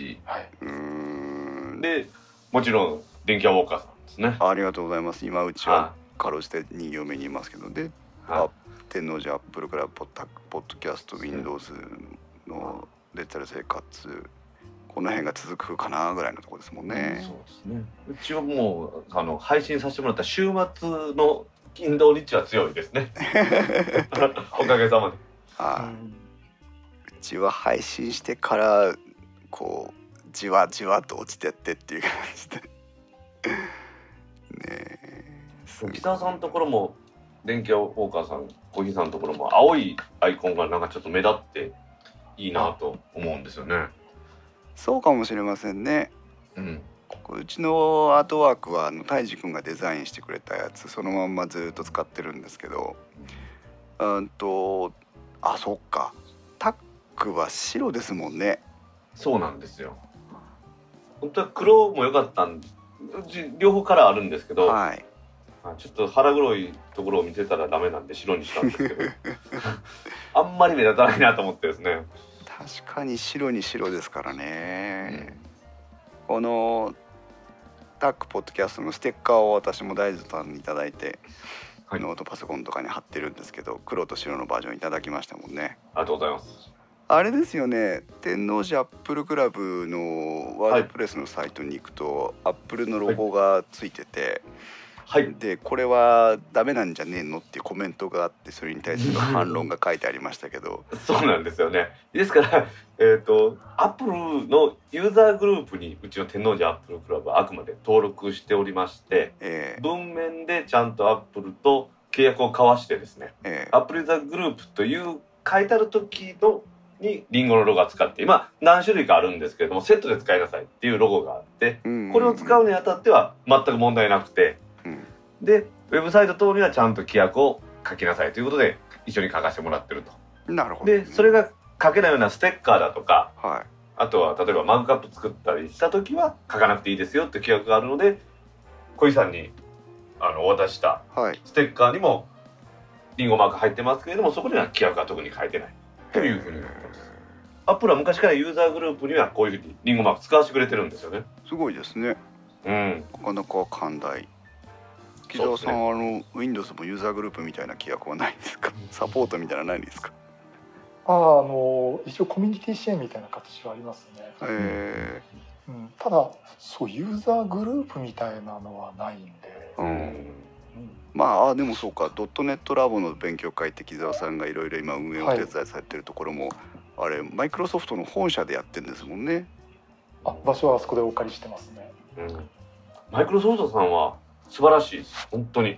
でもちろん電気屋ウォーカーさんですね。 ありがとうございます。今うちはかろうじて2行目にいますけど、で天王寺アップルクラブポッドキャスト Windows のデジタル生活、この辺が続くかなぐらいのところですもんね。 そうですね。うちはもう配信させてもらった週末の金土日は強いですねおかげさまで。 うちは配信してからこうじわじわと落ちてってっていう感じでね。 北さんのところも電気屋ウォーカーさん、小木さんのところも青いアイコンがなんかちょっと目立っていいなと思うんですよね。 そうかもしれませんね。うちのアートワークは泰治君がデザインしてくれたやつそのまんまずっと使ってるんですけど、そっか、タックは白ですもんね。 そうなんですよ。本当は黒も良かったんで、両方カラーあるんですけど、ちょっと腹黒いところを見てたらダメなんで白にしたんですけどあんまり目立たないなと思ってですね。 確かに白に白ですからね。このタックポッドキャストのステッカーを私も大豆さんにいただいて、ノートパソコンとかに貼ってるんですけど、黒と白のバージョンいただきましたもんね。 ありがとうございます。 あれですよね、天王寺アップルクラブのワードプレスのサイトに行くと、アップルのロゴがついてて、でこれはダメなんじゃねえのっていうコメントがあって、それに対する反論が書いてありましたけどそうなんですよね。ですからアップルのユーザーグループにうちの天王寺アップルクラブはあくまで登録しておりまして、文面でちゃんとアップルと契約を交わしてですね、アップルユーザーグループという書いてある時のにリンゴのロゴが使って、今何種類かあるんですけれどもセットで使いなさいっていうロゴがあって、これを使うにあたっては全く問題なくて、でウェブサイト等にはちゃんと規約を書きなさいということで一緒に書かせてもらってると。 なるほど、 でそれが書けないようなステッカーだとか、あとは例えばマグカップ作ったりした時は書かなくていいですよって規約があるので、小井さんにお渡ししたステッカーにもリンゴマーク入ってますけれども、そこには規約は特に書いてないというふうになってます。アップルは昔からユーザーグループにはこういうふうにリンゴマーク使わせてくれてるんですよね。 すごいですね。なかなか寛大。木澤さん、Windows もユーザーグループみたいな規約はないんですか？サポートみたいなのないんですか？ 一応コミュニティ支援みたいな形はありますね。ただそうユーザーグループみたいなのはないんで、 でもそうか、ドットネットラボの勉強会って木澤さんがいろいろ今運営をお手伝いされてるところも、あれマイクロソフトの本社でやってるんですもんね。 場所はあそこでお借りしてますね。 マイクロソフトさんは素晴らしいです。本当に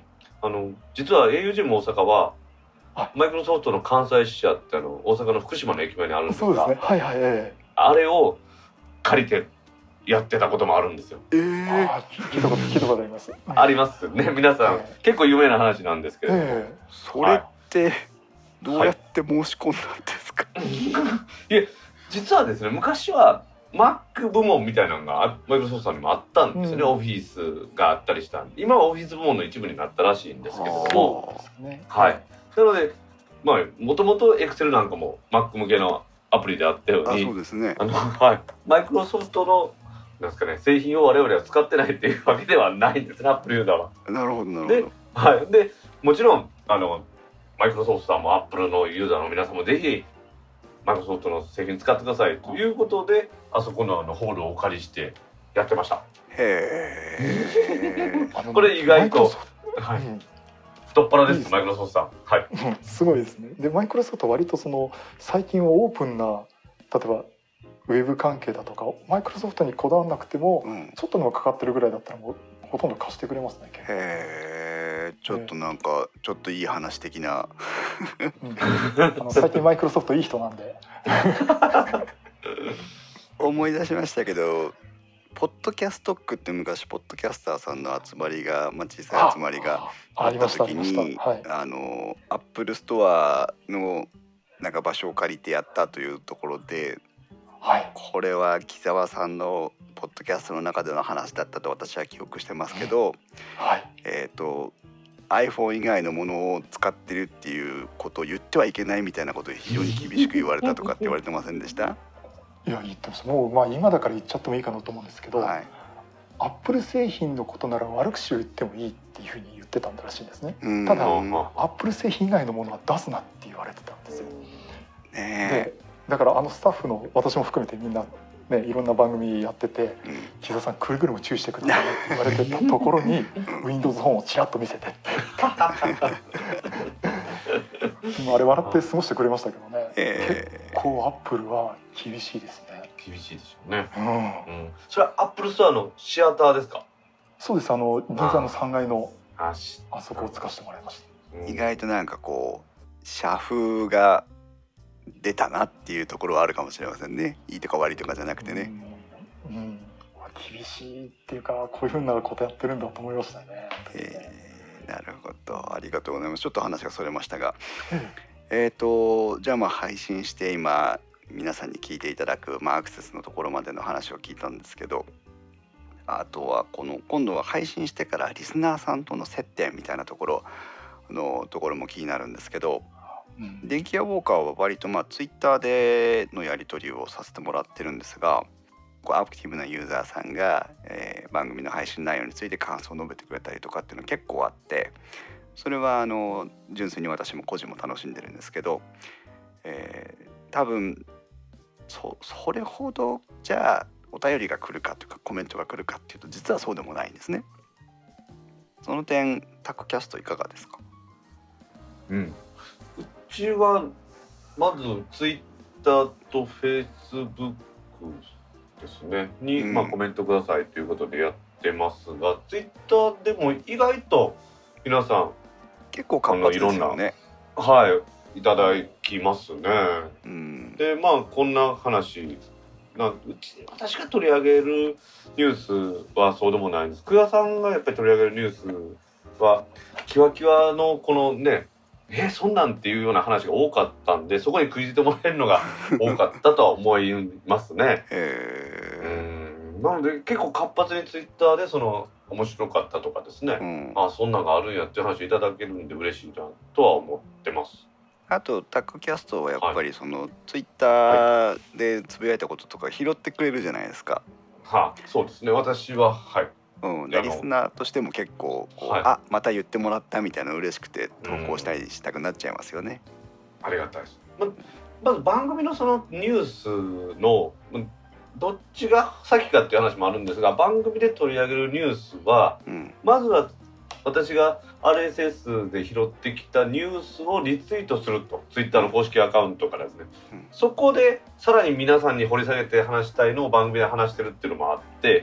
実は au ジム大阪はマイクロソフトの関西支社って大阪の福島の駅前にあるんですが、 そうですね、はいはい、 あれを借りてやってたこともあるんですよ。 聞いたことあります。 ありますね、皆さん、結構有名な話なんですけれども、 それってどうやって申し込んだんですか？ いや、実はですね、昔は Mac 部門みたいなのがマイクロソフトさんにもあったんですよね、オフィスがあったりしたんで、今はオフィス部門の一部になったらしいんですけれども、はい、なのでもともと Excel なんかも Mac 向けのアプリであったように、 そうですね、 マイクロソフトのなんですかね、製品を我々は使ってないっていうわけではないんですね、アップルユーザーは。 なるほどなるほど。でもちろんマイクロソフトさんもアップルのユーザーの皆さんもぜひマイクロソフトの製品使ってくださいということで、あそこのホールをお借りしてやってました。 へえ。これ意外と、太っ腹です、マイクロソフトさん。はい。 すごいですね。でマイクロソフト割と最近はオープンな、例えばウェブ関係だとかマイクロソフトにこだわらなくても、ちょっとでもかかってるぐらいだったらもうほとんど貸してくれますね。 ちょっとなんかちょっといい話的な最近マイクロソフトいい人なんで思い出しましたけど、ポッドキャストックって昔ポッドキャスターさんの集まりが、小さい集まりがあった時にアップルストアのなんか場所を借りてやったというところで、これは木澤さんのポッドキャストの中での話だったと私は記憶してますけど、iPhone 以外のものを使ってるっていうことを言ってはいけないみたいなことを非常に厳しく言われたとかって言われてませんでした？ いや、言ってます。もう今だから言っちゃってもいいかなと思うんですけど、アップル製品のことなら悪口を言ってもいいっていうふうに言ってたんだらしいんですね。ただアップル製品以外のものは出すなって言われてたんですよ。でだからスタッフの私も含めてみんなね、いろんな番組やってて「木澤さんくれぐれも注意してください」って言われてたところにWindows 本をちらっと見せてってあれ笑って過ごしてくれましたけどね、結構アップルは厳しいですね。 厳しいでしょうね。それはアップルストアのシアターですか？ そうです。銀座の3階のあそこを使わせてもらいました。 意外となんかこう社風が出たなっていうところはあるかもしれませんね。いいとか悪いとかじゃなくてね。 厳しいっていうか、こういうふうなことやってるんだと思いましたね。 なるほど、ありがとうございます。ちょっと話がそれましたが、じゃあ配信して今皆さんに聞いていただく、アクセスのところまでの話を聞いたんですけど、あとは今度は配信してからリスナーさんとの接点みたいなところも気になるんですけど、電気屋ウォーカーは割とツイッターでのやり取りをさせてもらってるんですが、アクティブなユーザーさんが、番組の配信内容について感想を述べてくれたりとかっていうの結構あって、それは純粋に私も個人も楽しんでるんですけど、多分それほどじゃあお便りが来るかというかコメントが来るかっていうと実はそうでもないんですね。その点タクキャストいかがですか？ うちはまずツイッターとフェイスブックですねに、コメントくださいということでやってますが、ツイッターでも意外と皆さん結構活発ですよね。 いただきますね。でこんな話私が取り上げるニュースはそうでもないんです。久谷さんがやっぱり取り上げるニュースはキワキワのこのね、そんなんっていうような話が多かったんで、そこに食いついてもらえるのが多かったとは思いますね。なので結構活発にツイッターで面白かったとかですね、そんなんがあるんやっていう話をいただけるんで嬉しいなとは思ってます。 あとタックキャストはやっぱりツイッターでつぶやいたこととか拾ってくれるじゃないですか。 そうですね、私はリスナーとしても結構また言ってもらったみたいなの嬉しくて投稿したりしたくなっちゃいますよね。 ありがたいです。まず番組のニュースのどっちが先かっていう話もあるんですが、番組で取り上げるニュースは、まずは私が RSS で拾ってきたニュースをリツイートすると、ツイッターの公式アカウントからですね、そこでさらに皆さんに掘り下げて話したいのを番組で話してるっていうのもあって、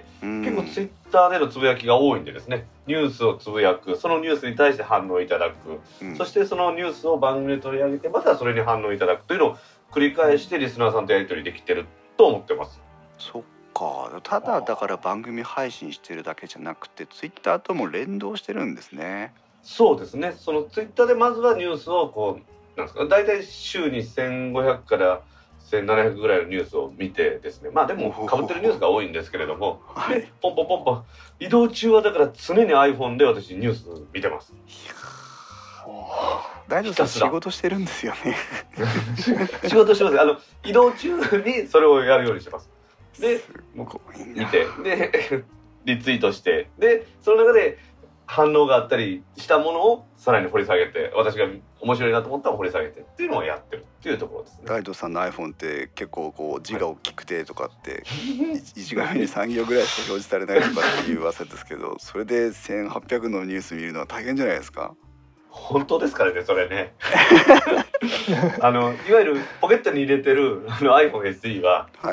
結構ツイッターでのつぶやきが多いんでですね、ニュースをつぶやく、そのニュースに対して反応いただく、そしてそのニュースを番組で取り上げてまたそれに反応いただくというのを繰り返してリスナーさんとやり取りできてると思ってます。 そっか、ただだから番組配信してるだけじゃなくてツイッターとも連動してるんですね。 そうですね、そのツイッターでまずはニュースをこうなんですか、だいたい週に1500から1700ぐらいのニュースを見てですね、まあでも被ってるニュースが多いんですけれども、でポンポンポンポン移動中はだから常に iPhone で私ニュース見てます。 大丈夫ですか、仕事してるんですよね仕事してます。移動中にそれをやるようにしてます。で見て、でリツイートして、でその中で反応があったりしたものをさらに掘り下げて、私が面白いなと思ったら掘り下げてっていうのをやってるっていうところですね。 大道さんの iPhone って結構こう字が大きくてとかって1画面に3行ぐらいしか表示されないとかっていう噂ですけど、それで1800のニュース見るのは大変じゃないですか。 本当ですからね、それねいわゆるポケットに入れてるiPhone SE は、はい、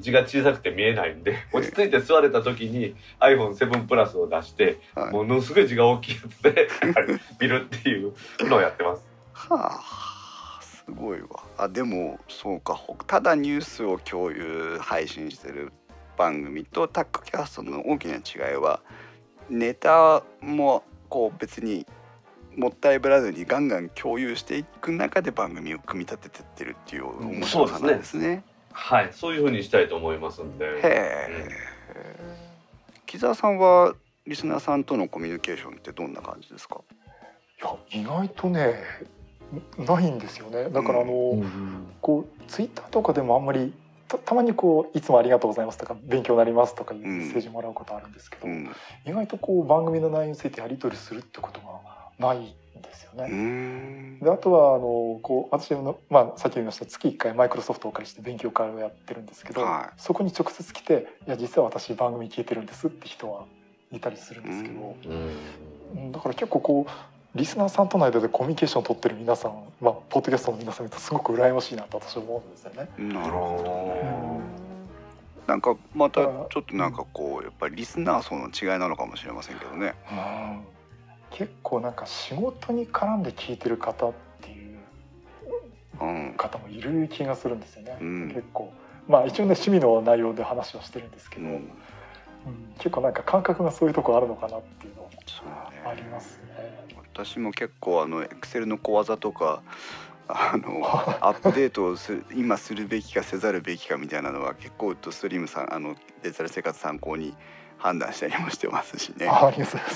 字が小さくて見えないんで、落ち着いて座れた時に iPhone7 プラスを出して、はい、ものすごい字が大きいやつで見るっていうのをやってます。 はあ、すごいわ。でもそうか、ただニュースを共有配信してる番組とタックキャストの大きな違いは、ネタもこう別にもったいぶらずにガンガン共有していく中で番組を組み立ててってるっていう面白さなんですね。 はい、そういう風にしたいと思いますんで。へえ。 木澤さんはリスナーさんとのコミュニケーションってどんな感じですか？ いや、意外とねないんですよね。だからこうツイッターとかでもあんまりたまにこういつもありがとうございますとか勉強になりますとかいうメッセージもらうことあるんですけど、意外とこう番組の内容についてやり取りするってことがないんですよね。であとはこう私の、さっき言いました月1回マイクロソフトをお借りして勉強会をやってるんですけど、はい、そこに直接来て「いや実は私番組聞いてるんです」って人はいたりするんですけど、だから結構こうリスナーさんとの間でコミュニケーションを取ってる皆さん、ポッドキャストの皆さん見るとすごく羨ましいなと私は思うんですよね。 なるほど。なんかまたちょっとなんかこうやっぱりリスナー層の違いなのかもしれませんけどね。 結構なんか仕事に絡んで聞いてる方っていう方もいる気がするんですよね。結構一応ね趣味の内容で話をしてるんですけど、結構なんか感覚がそういうとこあるのかなっていうのはありますね。 私も結構Excel の小技とかアップデートを今するべきかせざるべきかみたいなのは結構ウッドストリームさんデジタル生活参考に判断したりもしてますしね。 ありがとうございます。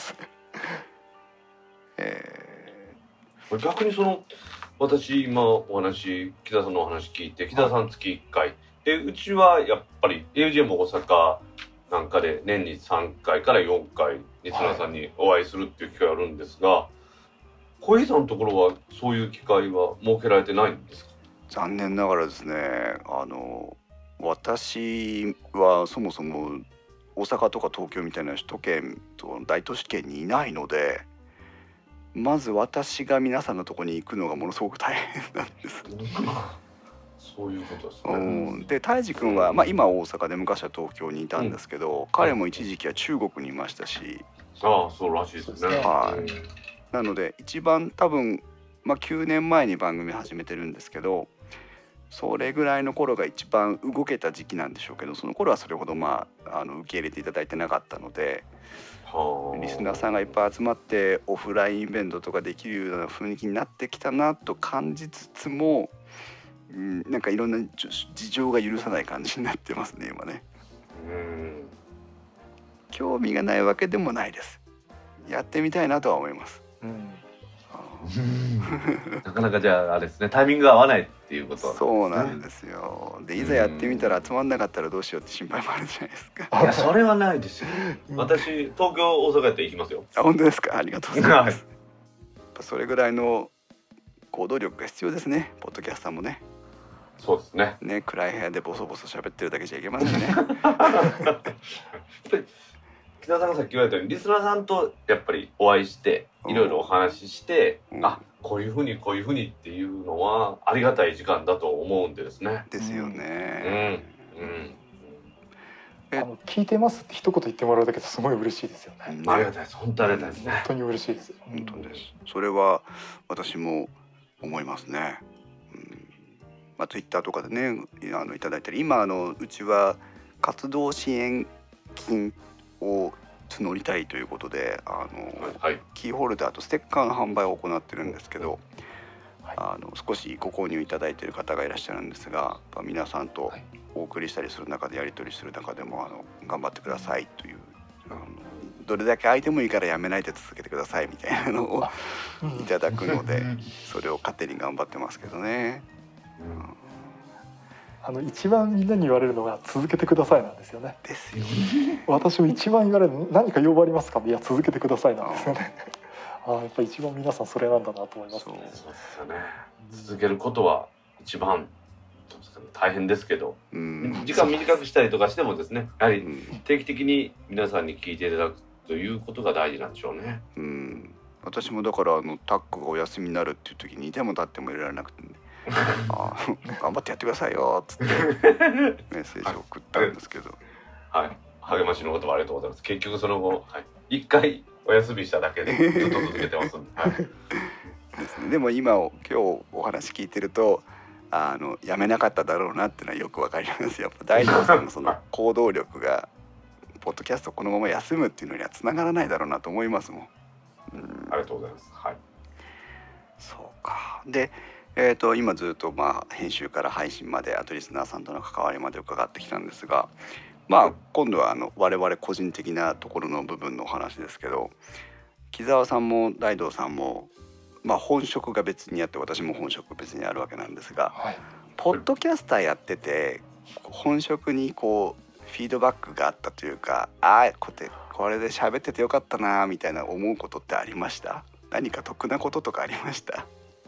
逆に私今お話木田さんのお話聞いて、木田さん月1回で、うちはやっぱり AUJ も大阪なんかで年に3回から4回リスナーさんにお会いするっていう機会あるんですが、小井さんのところはそういう機会は設けられてないんですか？ 残念ながらですね、私はそもそも大阪とか東京みたいな首都圏と大都市圏にいないので、まず私が皆さんのところに行くのがものすごく大変なんです。 そういうことですね。 で泰治君は、今大阪で昔は東京にいたんですけど、彼も一時期は中国にいましたし、 そうらしいですね。 はい。なので一番多分、9年前に番組始めてるんですけど、それぐらいの頃が一番動けた時期なんでしょうけど、その頃はそれほど受け入れていただいてなかったので、リスナーさんがいっぱい集まってオフラインイベントとかできるような雰囲気になってきたなと感じつつも、なんかいろんな事情が許さない感じになってますね今ね。興味がないわけでもないです。やってみたいなとは思います。 なかなかじゃああれですね、タイミングが合わないっていうことは、 そうなんですよ。でいざやってみたら集まんなかったらどうしようって心配もあるじゃないですか。 いやそれはないですよ。私東京大阪やって行きますよ。 本当ですか？ありがとうございます。それぐらいの行動力が必要ですね、ポッドキャスターもね。 そうですね。 暗い部屋でボソボソ喋ってるだけじゃいけませんね。 木田さんがさっき言われたようにリスナーさんとやっぱりお会いしていろいろお話しして、こういうふうにっていうのはありがたい時間だと思うんでですね。 ですよね。 聞いてますって一言言ってもらうだけですごい嬉しいですよね。 ありがたいです。本当ありがたいですね。 本当に嬉しいです。 本当です。それは私も思いますね。ツイッターとかでねいただいたり、今うちは活動支援金を募りたいということでキーホルダーとステッカーの販売を行ってるんですけど、少しご購入いただいている方がいらっしゃるんですが、皆さんとお送りしたりする中でやり取りする中でも頑張ってくださいというどれだけ空いてもいいからやめないで続けてくださいみたいなのをいただくのでそれを糧に頑張ってますけどね。 一番みんなに言われるのが続けてくださいなんですよね。 ですよね。 私も一番言われる何か要望ありますか、いや続けてくださいなんですよね。やっぱり一番皆さんそれなんだなと思いますね。 そうですよね。続けることは一番大変ですけど、時間短くしたりとかしてもですね、やはり定期的に皆さんに聞いていただくということが大事なんでしょうね。 私もだからタックがお休みになるっていう時にいても立ってもいられなくて、頑張ってやってくださいよっつってメッセージを送ったんですけど、 励ましの言葉ありがとうございます。結局その後一回お休みしただけでずっと続けてますんで。 ですね。でも今日お話聞いてるとやめなかっただろうなっていうのはよくわかります。やっぱ大道さんのその行動力がポッドキャストこのまま休むっていうのにはつながらないだろうなと思いますもん。 ありがとうございます。 そうか。で、今ずっと編集から配信まであとリスナーさんとの関わりまで伺ってきたんですが、今度は我々個人的なところの部分のお話ですけど、木澤さんも大道さんも本職が別にあって私も本職別にあるわけなんですが、ポッドキャスターやってて本職にこうフィードバックがあったというか、これで喋っててよかったなみたいな思うことってありました？何か得なこととかありました？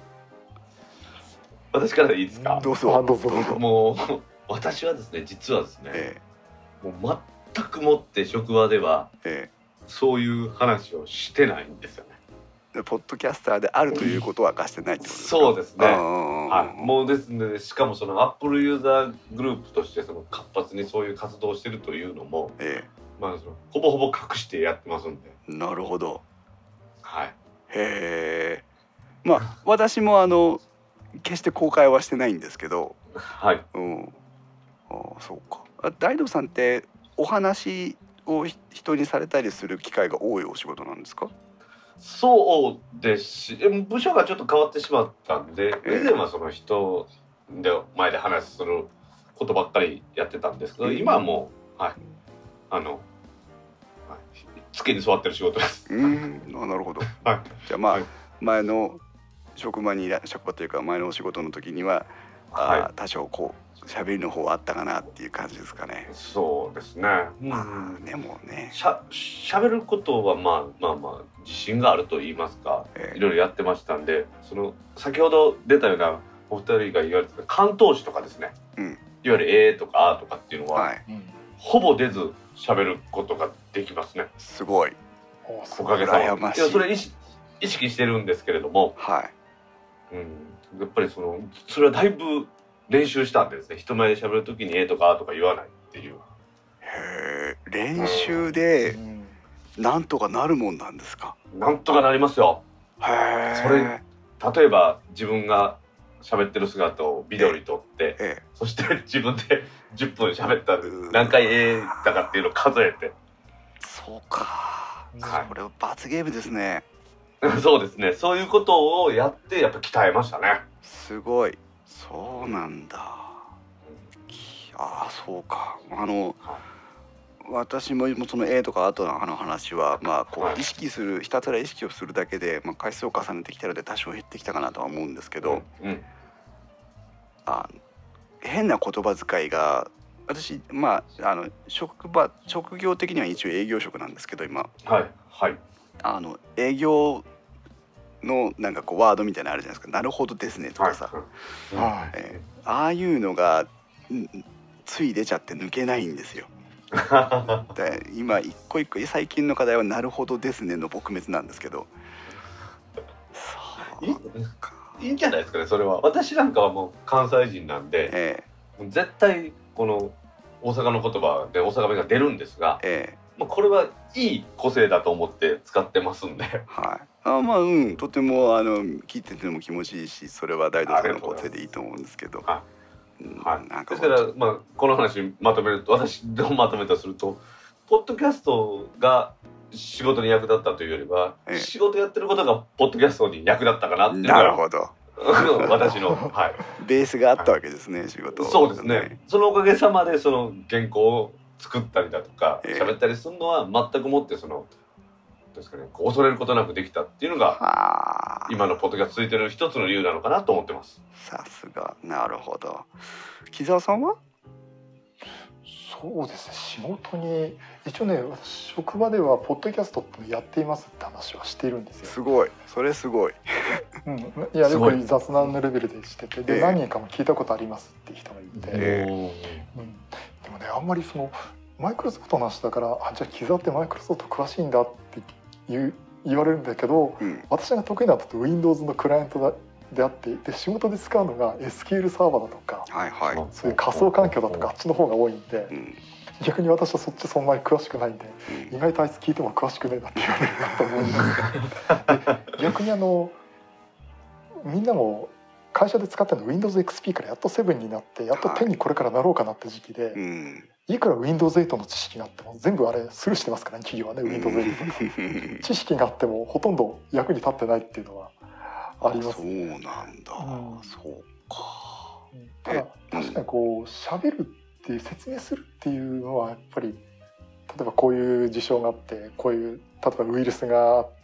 私からでいいですか？ どうぞ。 もう私はですね、実はですね、もう全くもって職場では、そういう話をしてないんですよね。 ポッドキャスターであるということは明かしてないってことですか？ そうですね。もうですね、しかもそのアップルユーザーグループとしてその活発にそういう活動をしてるというのも、そのほぼほぼ隠してやってますんで。 なるほど。 へえ。私も決して公開はしてないんですけど、そうか。大道さんってお話を人にされたりする機会が多いお仕事なんですか？ そうですし、部署がちょっと変わってしまったんで、以前はその人で前で話することばっかりやってたんですけど、今はもう机に座ってる仕事です。 なるほど。じゃあ前の職場というか前のお仕事の時には、多少こう喋りの方はあったかなっていう感じですかね。 そうですね。 でもね、 喋ることは自信があると言いますか、いろいろやってましたんで、その先ほど出たようなお二人が言われてた関東詞とかですね、いわゆるとかとかっていうのは、ほぼ出ず喋ることができますね。 すごい。 おかげさまで。それ意識してるんですけれども、やっぱりそれはだいぶ練習したんですね。人前で喋るときにとかとか言わないっていう。 練習でなんとかなるもんなんですか？ なんとかなりますよ。それ例えば自分が喋ってる姿をビデオに撮って、そして自分で10分喋ったら何回だかっていうのを数えて。 そうか。これは罰ゲームですね。 そうですね。そういうことをやってやっぱ鍛えましたね。 すごい。そうなんだ。そうか。私もそのとか後の話はこうひたすら意識をするだけで回数を重ねてきたので多少減ってきたかなとは思うんですけど、変な言葉遣いが私職業的には一応営業職なんですけど今、営業のなんかこうワードみたいなのあるじゃないですか。なるほどですねとかさ、ああいうのがつい出ちゃって抜けないんですよ。 で今一個一個最近の課題はなるほどですねの撲滅なんですけど、 いいんじゃないですかねそれは。私なんかはもう関西人なんで、もう絶対この大阪の言葉で大阪弁が出るんですが、まあ、これはいい個性だと思って使ってますんで、 はい、まあとても聞いてても気持ちいいし、それは大道さんの個性でいいと思うんですけど、 はい、ですから、まあ、この話まとめると、私どうまとめたとすると、ポッドキャストが仕事に役立ったというよりは、仕事やってることがポッドキャストに役立ったかなっていうのが、 なるほど私の、はい、 ベースがあったわけですね、仕事。 そうですね。そのおかげさまでその原稿を作ったりだとか喋ったりするのは全くもってそのですかね、恐れることなくできたっていうのが今のポッドキャスト続いてる一つの理由なのかなと思ってます。 さすが、なるほど。木澤さんは？ そうですね、仕事に一応ね、私職場ではポッドキャストってやっていますって話はしているんですよ。 すごい、それすごい。 いや、よく雑談のレベルでしてて、で何人かも聞いたことありますっていう人がいて、でもね、あんまりそのマイクロソフトの話だから、じゃあ木澤ってマイクロソフト詳しいんだって言われるんだけど、私が得意なのって Windows のクライアントであって、で仕事で使うのが SQL サーバーだとか、そういう仮想環境だとかあっちの方が多いんで、逆に私はそっちそんなに詳しくないんで、意外とあいつ聞いても詳しくねえなって言われるなと思うんですけど逆にみんなも会社で使ってるの Windows XP からやっと7になって、やっと10にこれからなろうかなって時期で、いくら Windows 8の知識があっても全部あれスルーしてますからね、企業はね。 Windows 8とか知識があってもほとんど役に立ってないっていうのはあります。 そうなんだ、そうか。 ただ確かにこう喋るっていう、説明するっていうのはやっぱり、例えばこういう事象があって、こういう例えばウイルスがあって、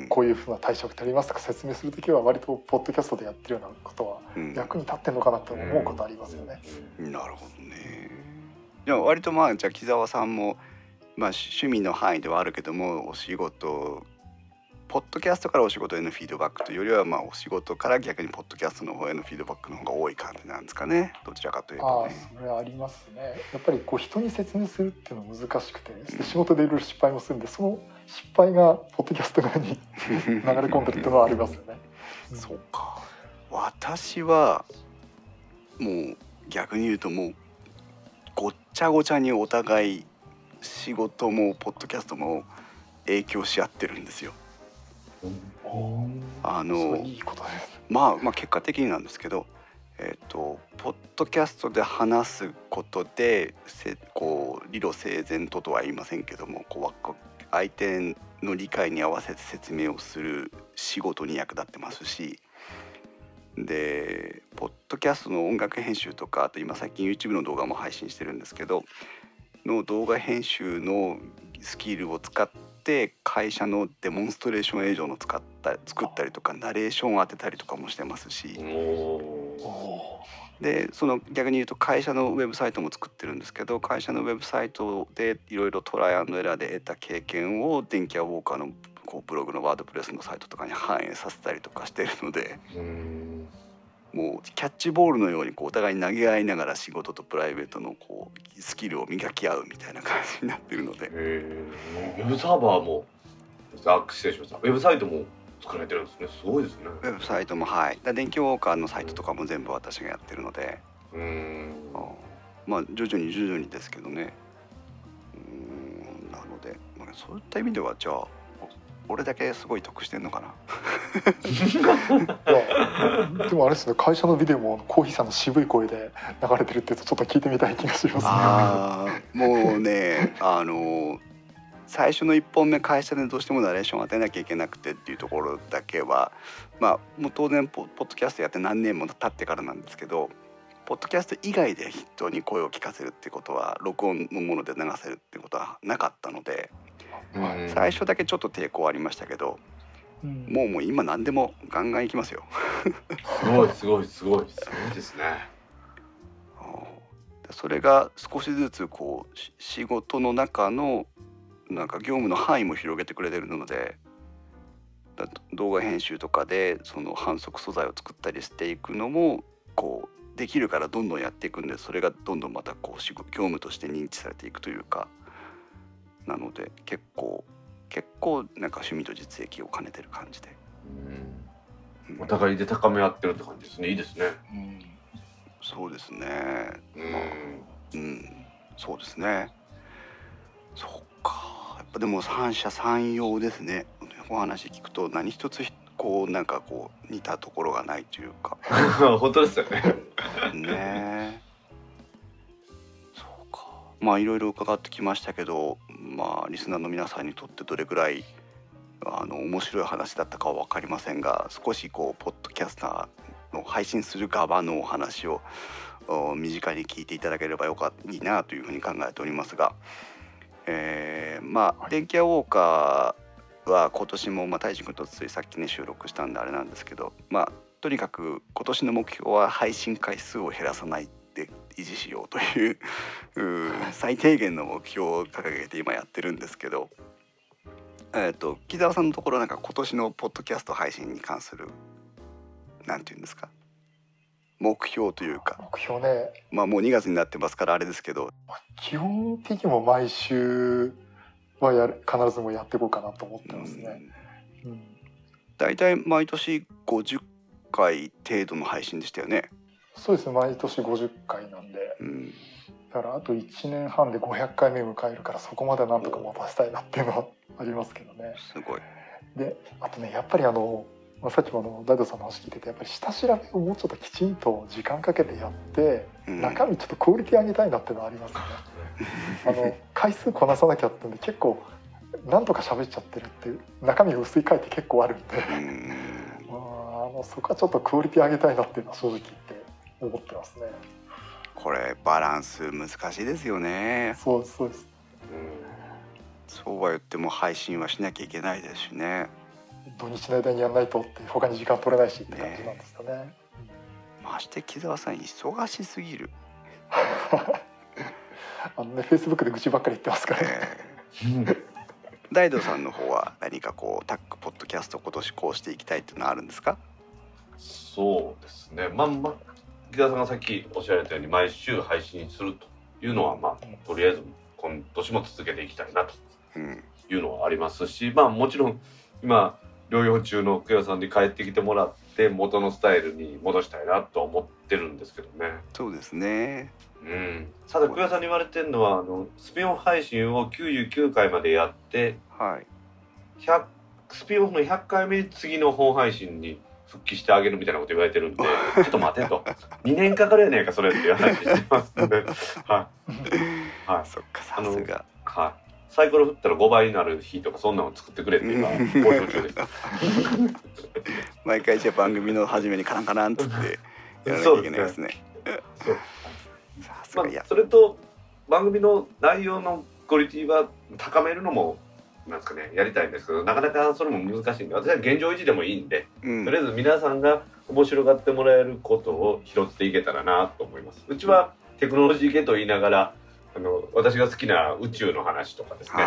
こういうふうな対処ってありますとか説明するときは割とポッドキャストでやってるようなことは役に立ってるのかなって思うことありますよね。 なるほどね。じゃあ割とまあ、じゃあ木澤さんもまあ趣味の範囲ではあるけども、お仕事ポッドキャストからお仕事へのフィードバックというよりは、まあお仕事から逆にポッドキャストの方へのフィードバックの方が多い感じなんですかね、どちらかというとね。 それありますね。やっぱりこう人に説明するっていうのは難しくて、仕事でいろいろ失敗もするんで、その失敗がポッドキャスト側に流れ込んでるっていうのはありますよね。 そうか。私はもう逆に言うと、もうごっちゃごちゃにお互い仕事もポッドキャストも影響し合ってるんですよ。 いいことです。 まあ結果的になんですけど、ポッドキャストで話すことでこう理路整然とは言いませんけども、こう相手の理解に合わせて説明をする仕事に役立ってますし、でポッドキャストの音楽編集とか、あと今最近 YouTube の動画も配信してるんですけどの動画編集のスキルを使って会社のデモンストレーション映像の作ったりとか、ナレーションを当てたりとかもしてますし、でその逆に言うと会社のウェブサイトも作ってるんですけど、会社のウェブサイトでいろいろトライアンドエラーで得た経験を電気屋ウォーカーのこうブログのワードプレスのサイトとかに反映させたりとかしているので、もうキャッチボールのようにこうお互いに投げ合いながら仕事とプライベートのこうスキルを磨き合うみたいな感じになっているので、 ウェブサーバーも失礼しました。ウェブサイトも作られてるんですね。すごいですね。 ウェブサイトも、はい、電気ウォーカーのサイトとかも全部私がやってるので、まあ徐々にですけどね。なので、まあ、そういった意味ではじゃあ俺だけすごい得してんのかな。 いやでもあれですね、会社のビデオもコーヒーさんの渋い声で流れてるって言うとちょっと聞いてみたい気がしますね。もうね最初の1本目会社でどうしてもナレーションを当てなきゃいけなくてっていうところだけは、まあもう当然ポッドキャストやって何年も経ってからなんですけど、ポッドキャスト以外で人に声を聞かせるってことは、録音のもので流せるってことはなかったので、最初だけちょっと抵抗ありましたけど、もう今何でもガンガンいきますよ。 すごいですね。 それが少しずつこう仕事の中のなんか業務の範囲も広げてくれてるので、動画編集とかでその反則素材を作ったりしていくのもこできるからどんどんやっていくんで、それがどんどんまたこう業務として認知されていくというか、なので結構なんか趣味と実益を兼ねてる感じで、 お互いで高め合ってるって感じですね。いいですね。 そうですね。そうですね。そっか。やっぱでも三者三様ですね。お話聞くと何一つこうなんかこう似たところがないというか。 本当ですよね。 ね。そうか。まあいろいろ伺ってきましたけど、まあリスナーの皆さんにとってどれぐらい面白い話だったかは分かりませんが、少しこうポッドキャスターの配信する側のお話を身近に聞いていただければいいなというふうに考えておりますが、まあ電気屋ウォーカーは今年も大地君とついさっきね収録したんであれなんですけど、まあとにかく今年の目標は配信回数を減らさないで維持しようという最低限の目標を掲げて今やってるんですけど、木澤さんのところなんか今年のポッドキャスト配信に関するなんていうんですか、目標というか。 目標ね。 まあもう2月になってますからあれですけど。 基本的にも毎週は必ずもやっていこうかなと思ってますね。 だいたい毎年50回程度の配信でしたよね。 そうですね、毎年50回なんで、だからあと1年半で500回目迎えるから、そこまでなんとか持たせたいなっていうのはありますけどね。 すごい。 であとね、やっぱりさっきも大道さんの話聞いてて、やっぱり下調べをもうちょっときちんと時間かけてやって、中身ちょっとクオリティ上げたいなっていうのはありますね。回数こなさなきゃってんで、結構なんとか喋っちゃってるっていう中身が薄い回って結構あるんでそこはちょっとクオリティ上げたいなっていうのは正直言って思ってますね。 これバランス難しいですよね。 そうですそうです。 そうは言っても配信はしなきゃいけないですしね。 土日の間にやんないとって他に時間取れないしって感じなんですよね。 まして木澤さん忙しすぎる。 Facebook で愚痴ばっかり言ってますからね。 大道さんの方は何かこうタッグポッドキャスト今年こうしていきたいっていうのはあるんですか？ そうですね。木澤さんがさっきおっしゃられたように毎週配信するというのはとりあえず今年も続けていきたいなというのはありますし、もちろん今療養中の久谷さんに帰ってきてもらって元のスタイルに戻したいなと思ってるんですけどね。 そうですね。 ただ久谷さんに言われてるのはスピンオフ配信を99回までやって、スピンオフの100回目に次の本配信に復帰してあげるみたいなこと言われてるんでちょっと待てと2年かかるやないかそれっていう話してますのでそっか、さすが。 サイコロ振ったら5倍になる日とかそんなの作ってくれって今交渉中です。 毎回じゃあ番組の初めにカランカランっつってやらなきゃいけないですね。 それと番組の内容のクオリティは高めるのもなんですかね、やりたいんですけど、なかなかそれも難しいんで、私は現状維持でもいいんで、とりあえず皆さんが面白がってもらえることを拾っていけたらなと思います。うちはテクノロジー系と言いながら私が好きな宇宙の話とかですね、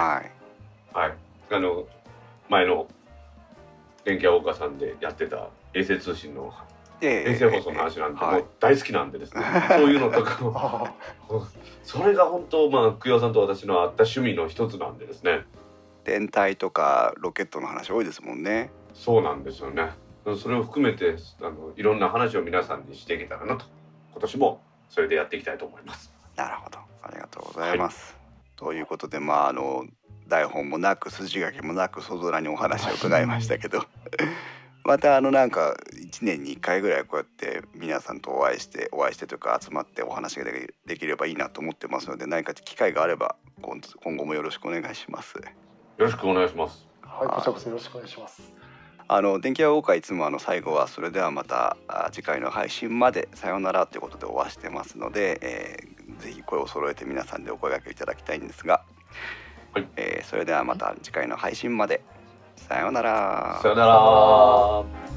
前の電気屋ウォーカーさんでやってた衛星通信の衛星放送の話なんてもう大好きなんでですね、そういうのとかもそれが本当久代さんと私のあった趣味の一つなんでですね。 天体とかロケットの話多いですもんね。 そうなんですよね。それを含めていろんな話を皆さんにしていけたらなと、今年もそれでやっていきたいと思います。 なるほど、ありがとうございます。ということで台本もなく筋書きもなくそぞらにお話を伺いましたけどまたなんか1年に1回ぐらいこうやって皆さんとお会いしてというか集まってお話ができればいいなと思ってますので、何か機会があれば今後もよろしくお願いします。 よろしくお願いします。 はい、こちらこそよろしくお願いします。 電気屋ウォーカーいつも最後はそれではまた次回の配信までさようならということで終わしてますので、ぜひ声を揃えて皆さんでお声掛けいただきたいんですが、それではまた次回の配信までさようなら。 さようなら。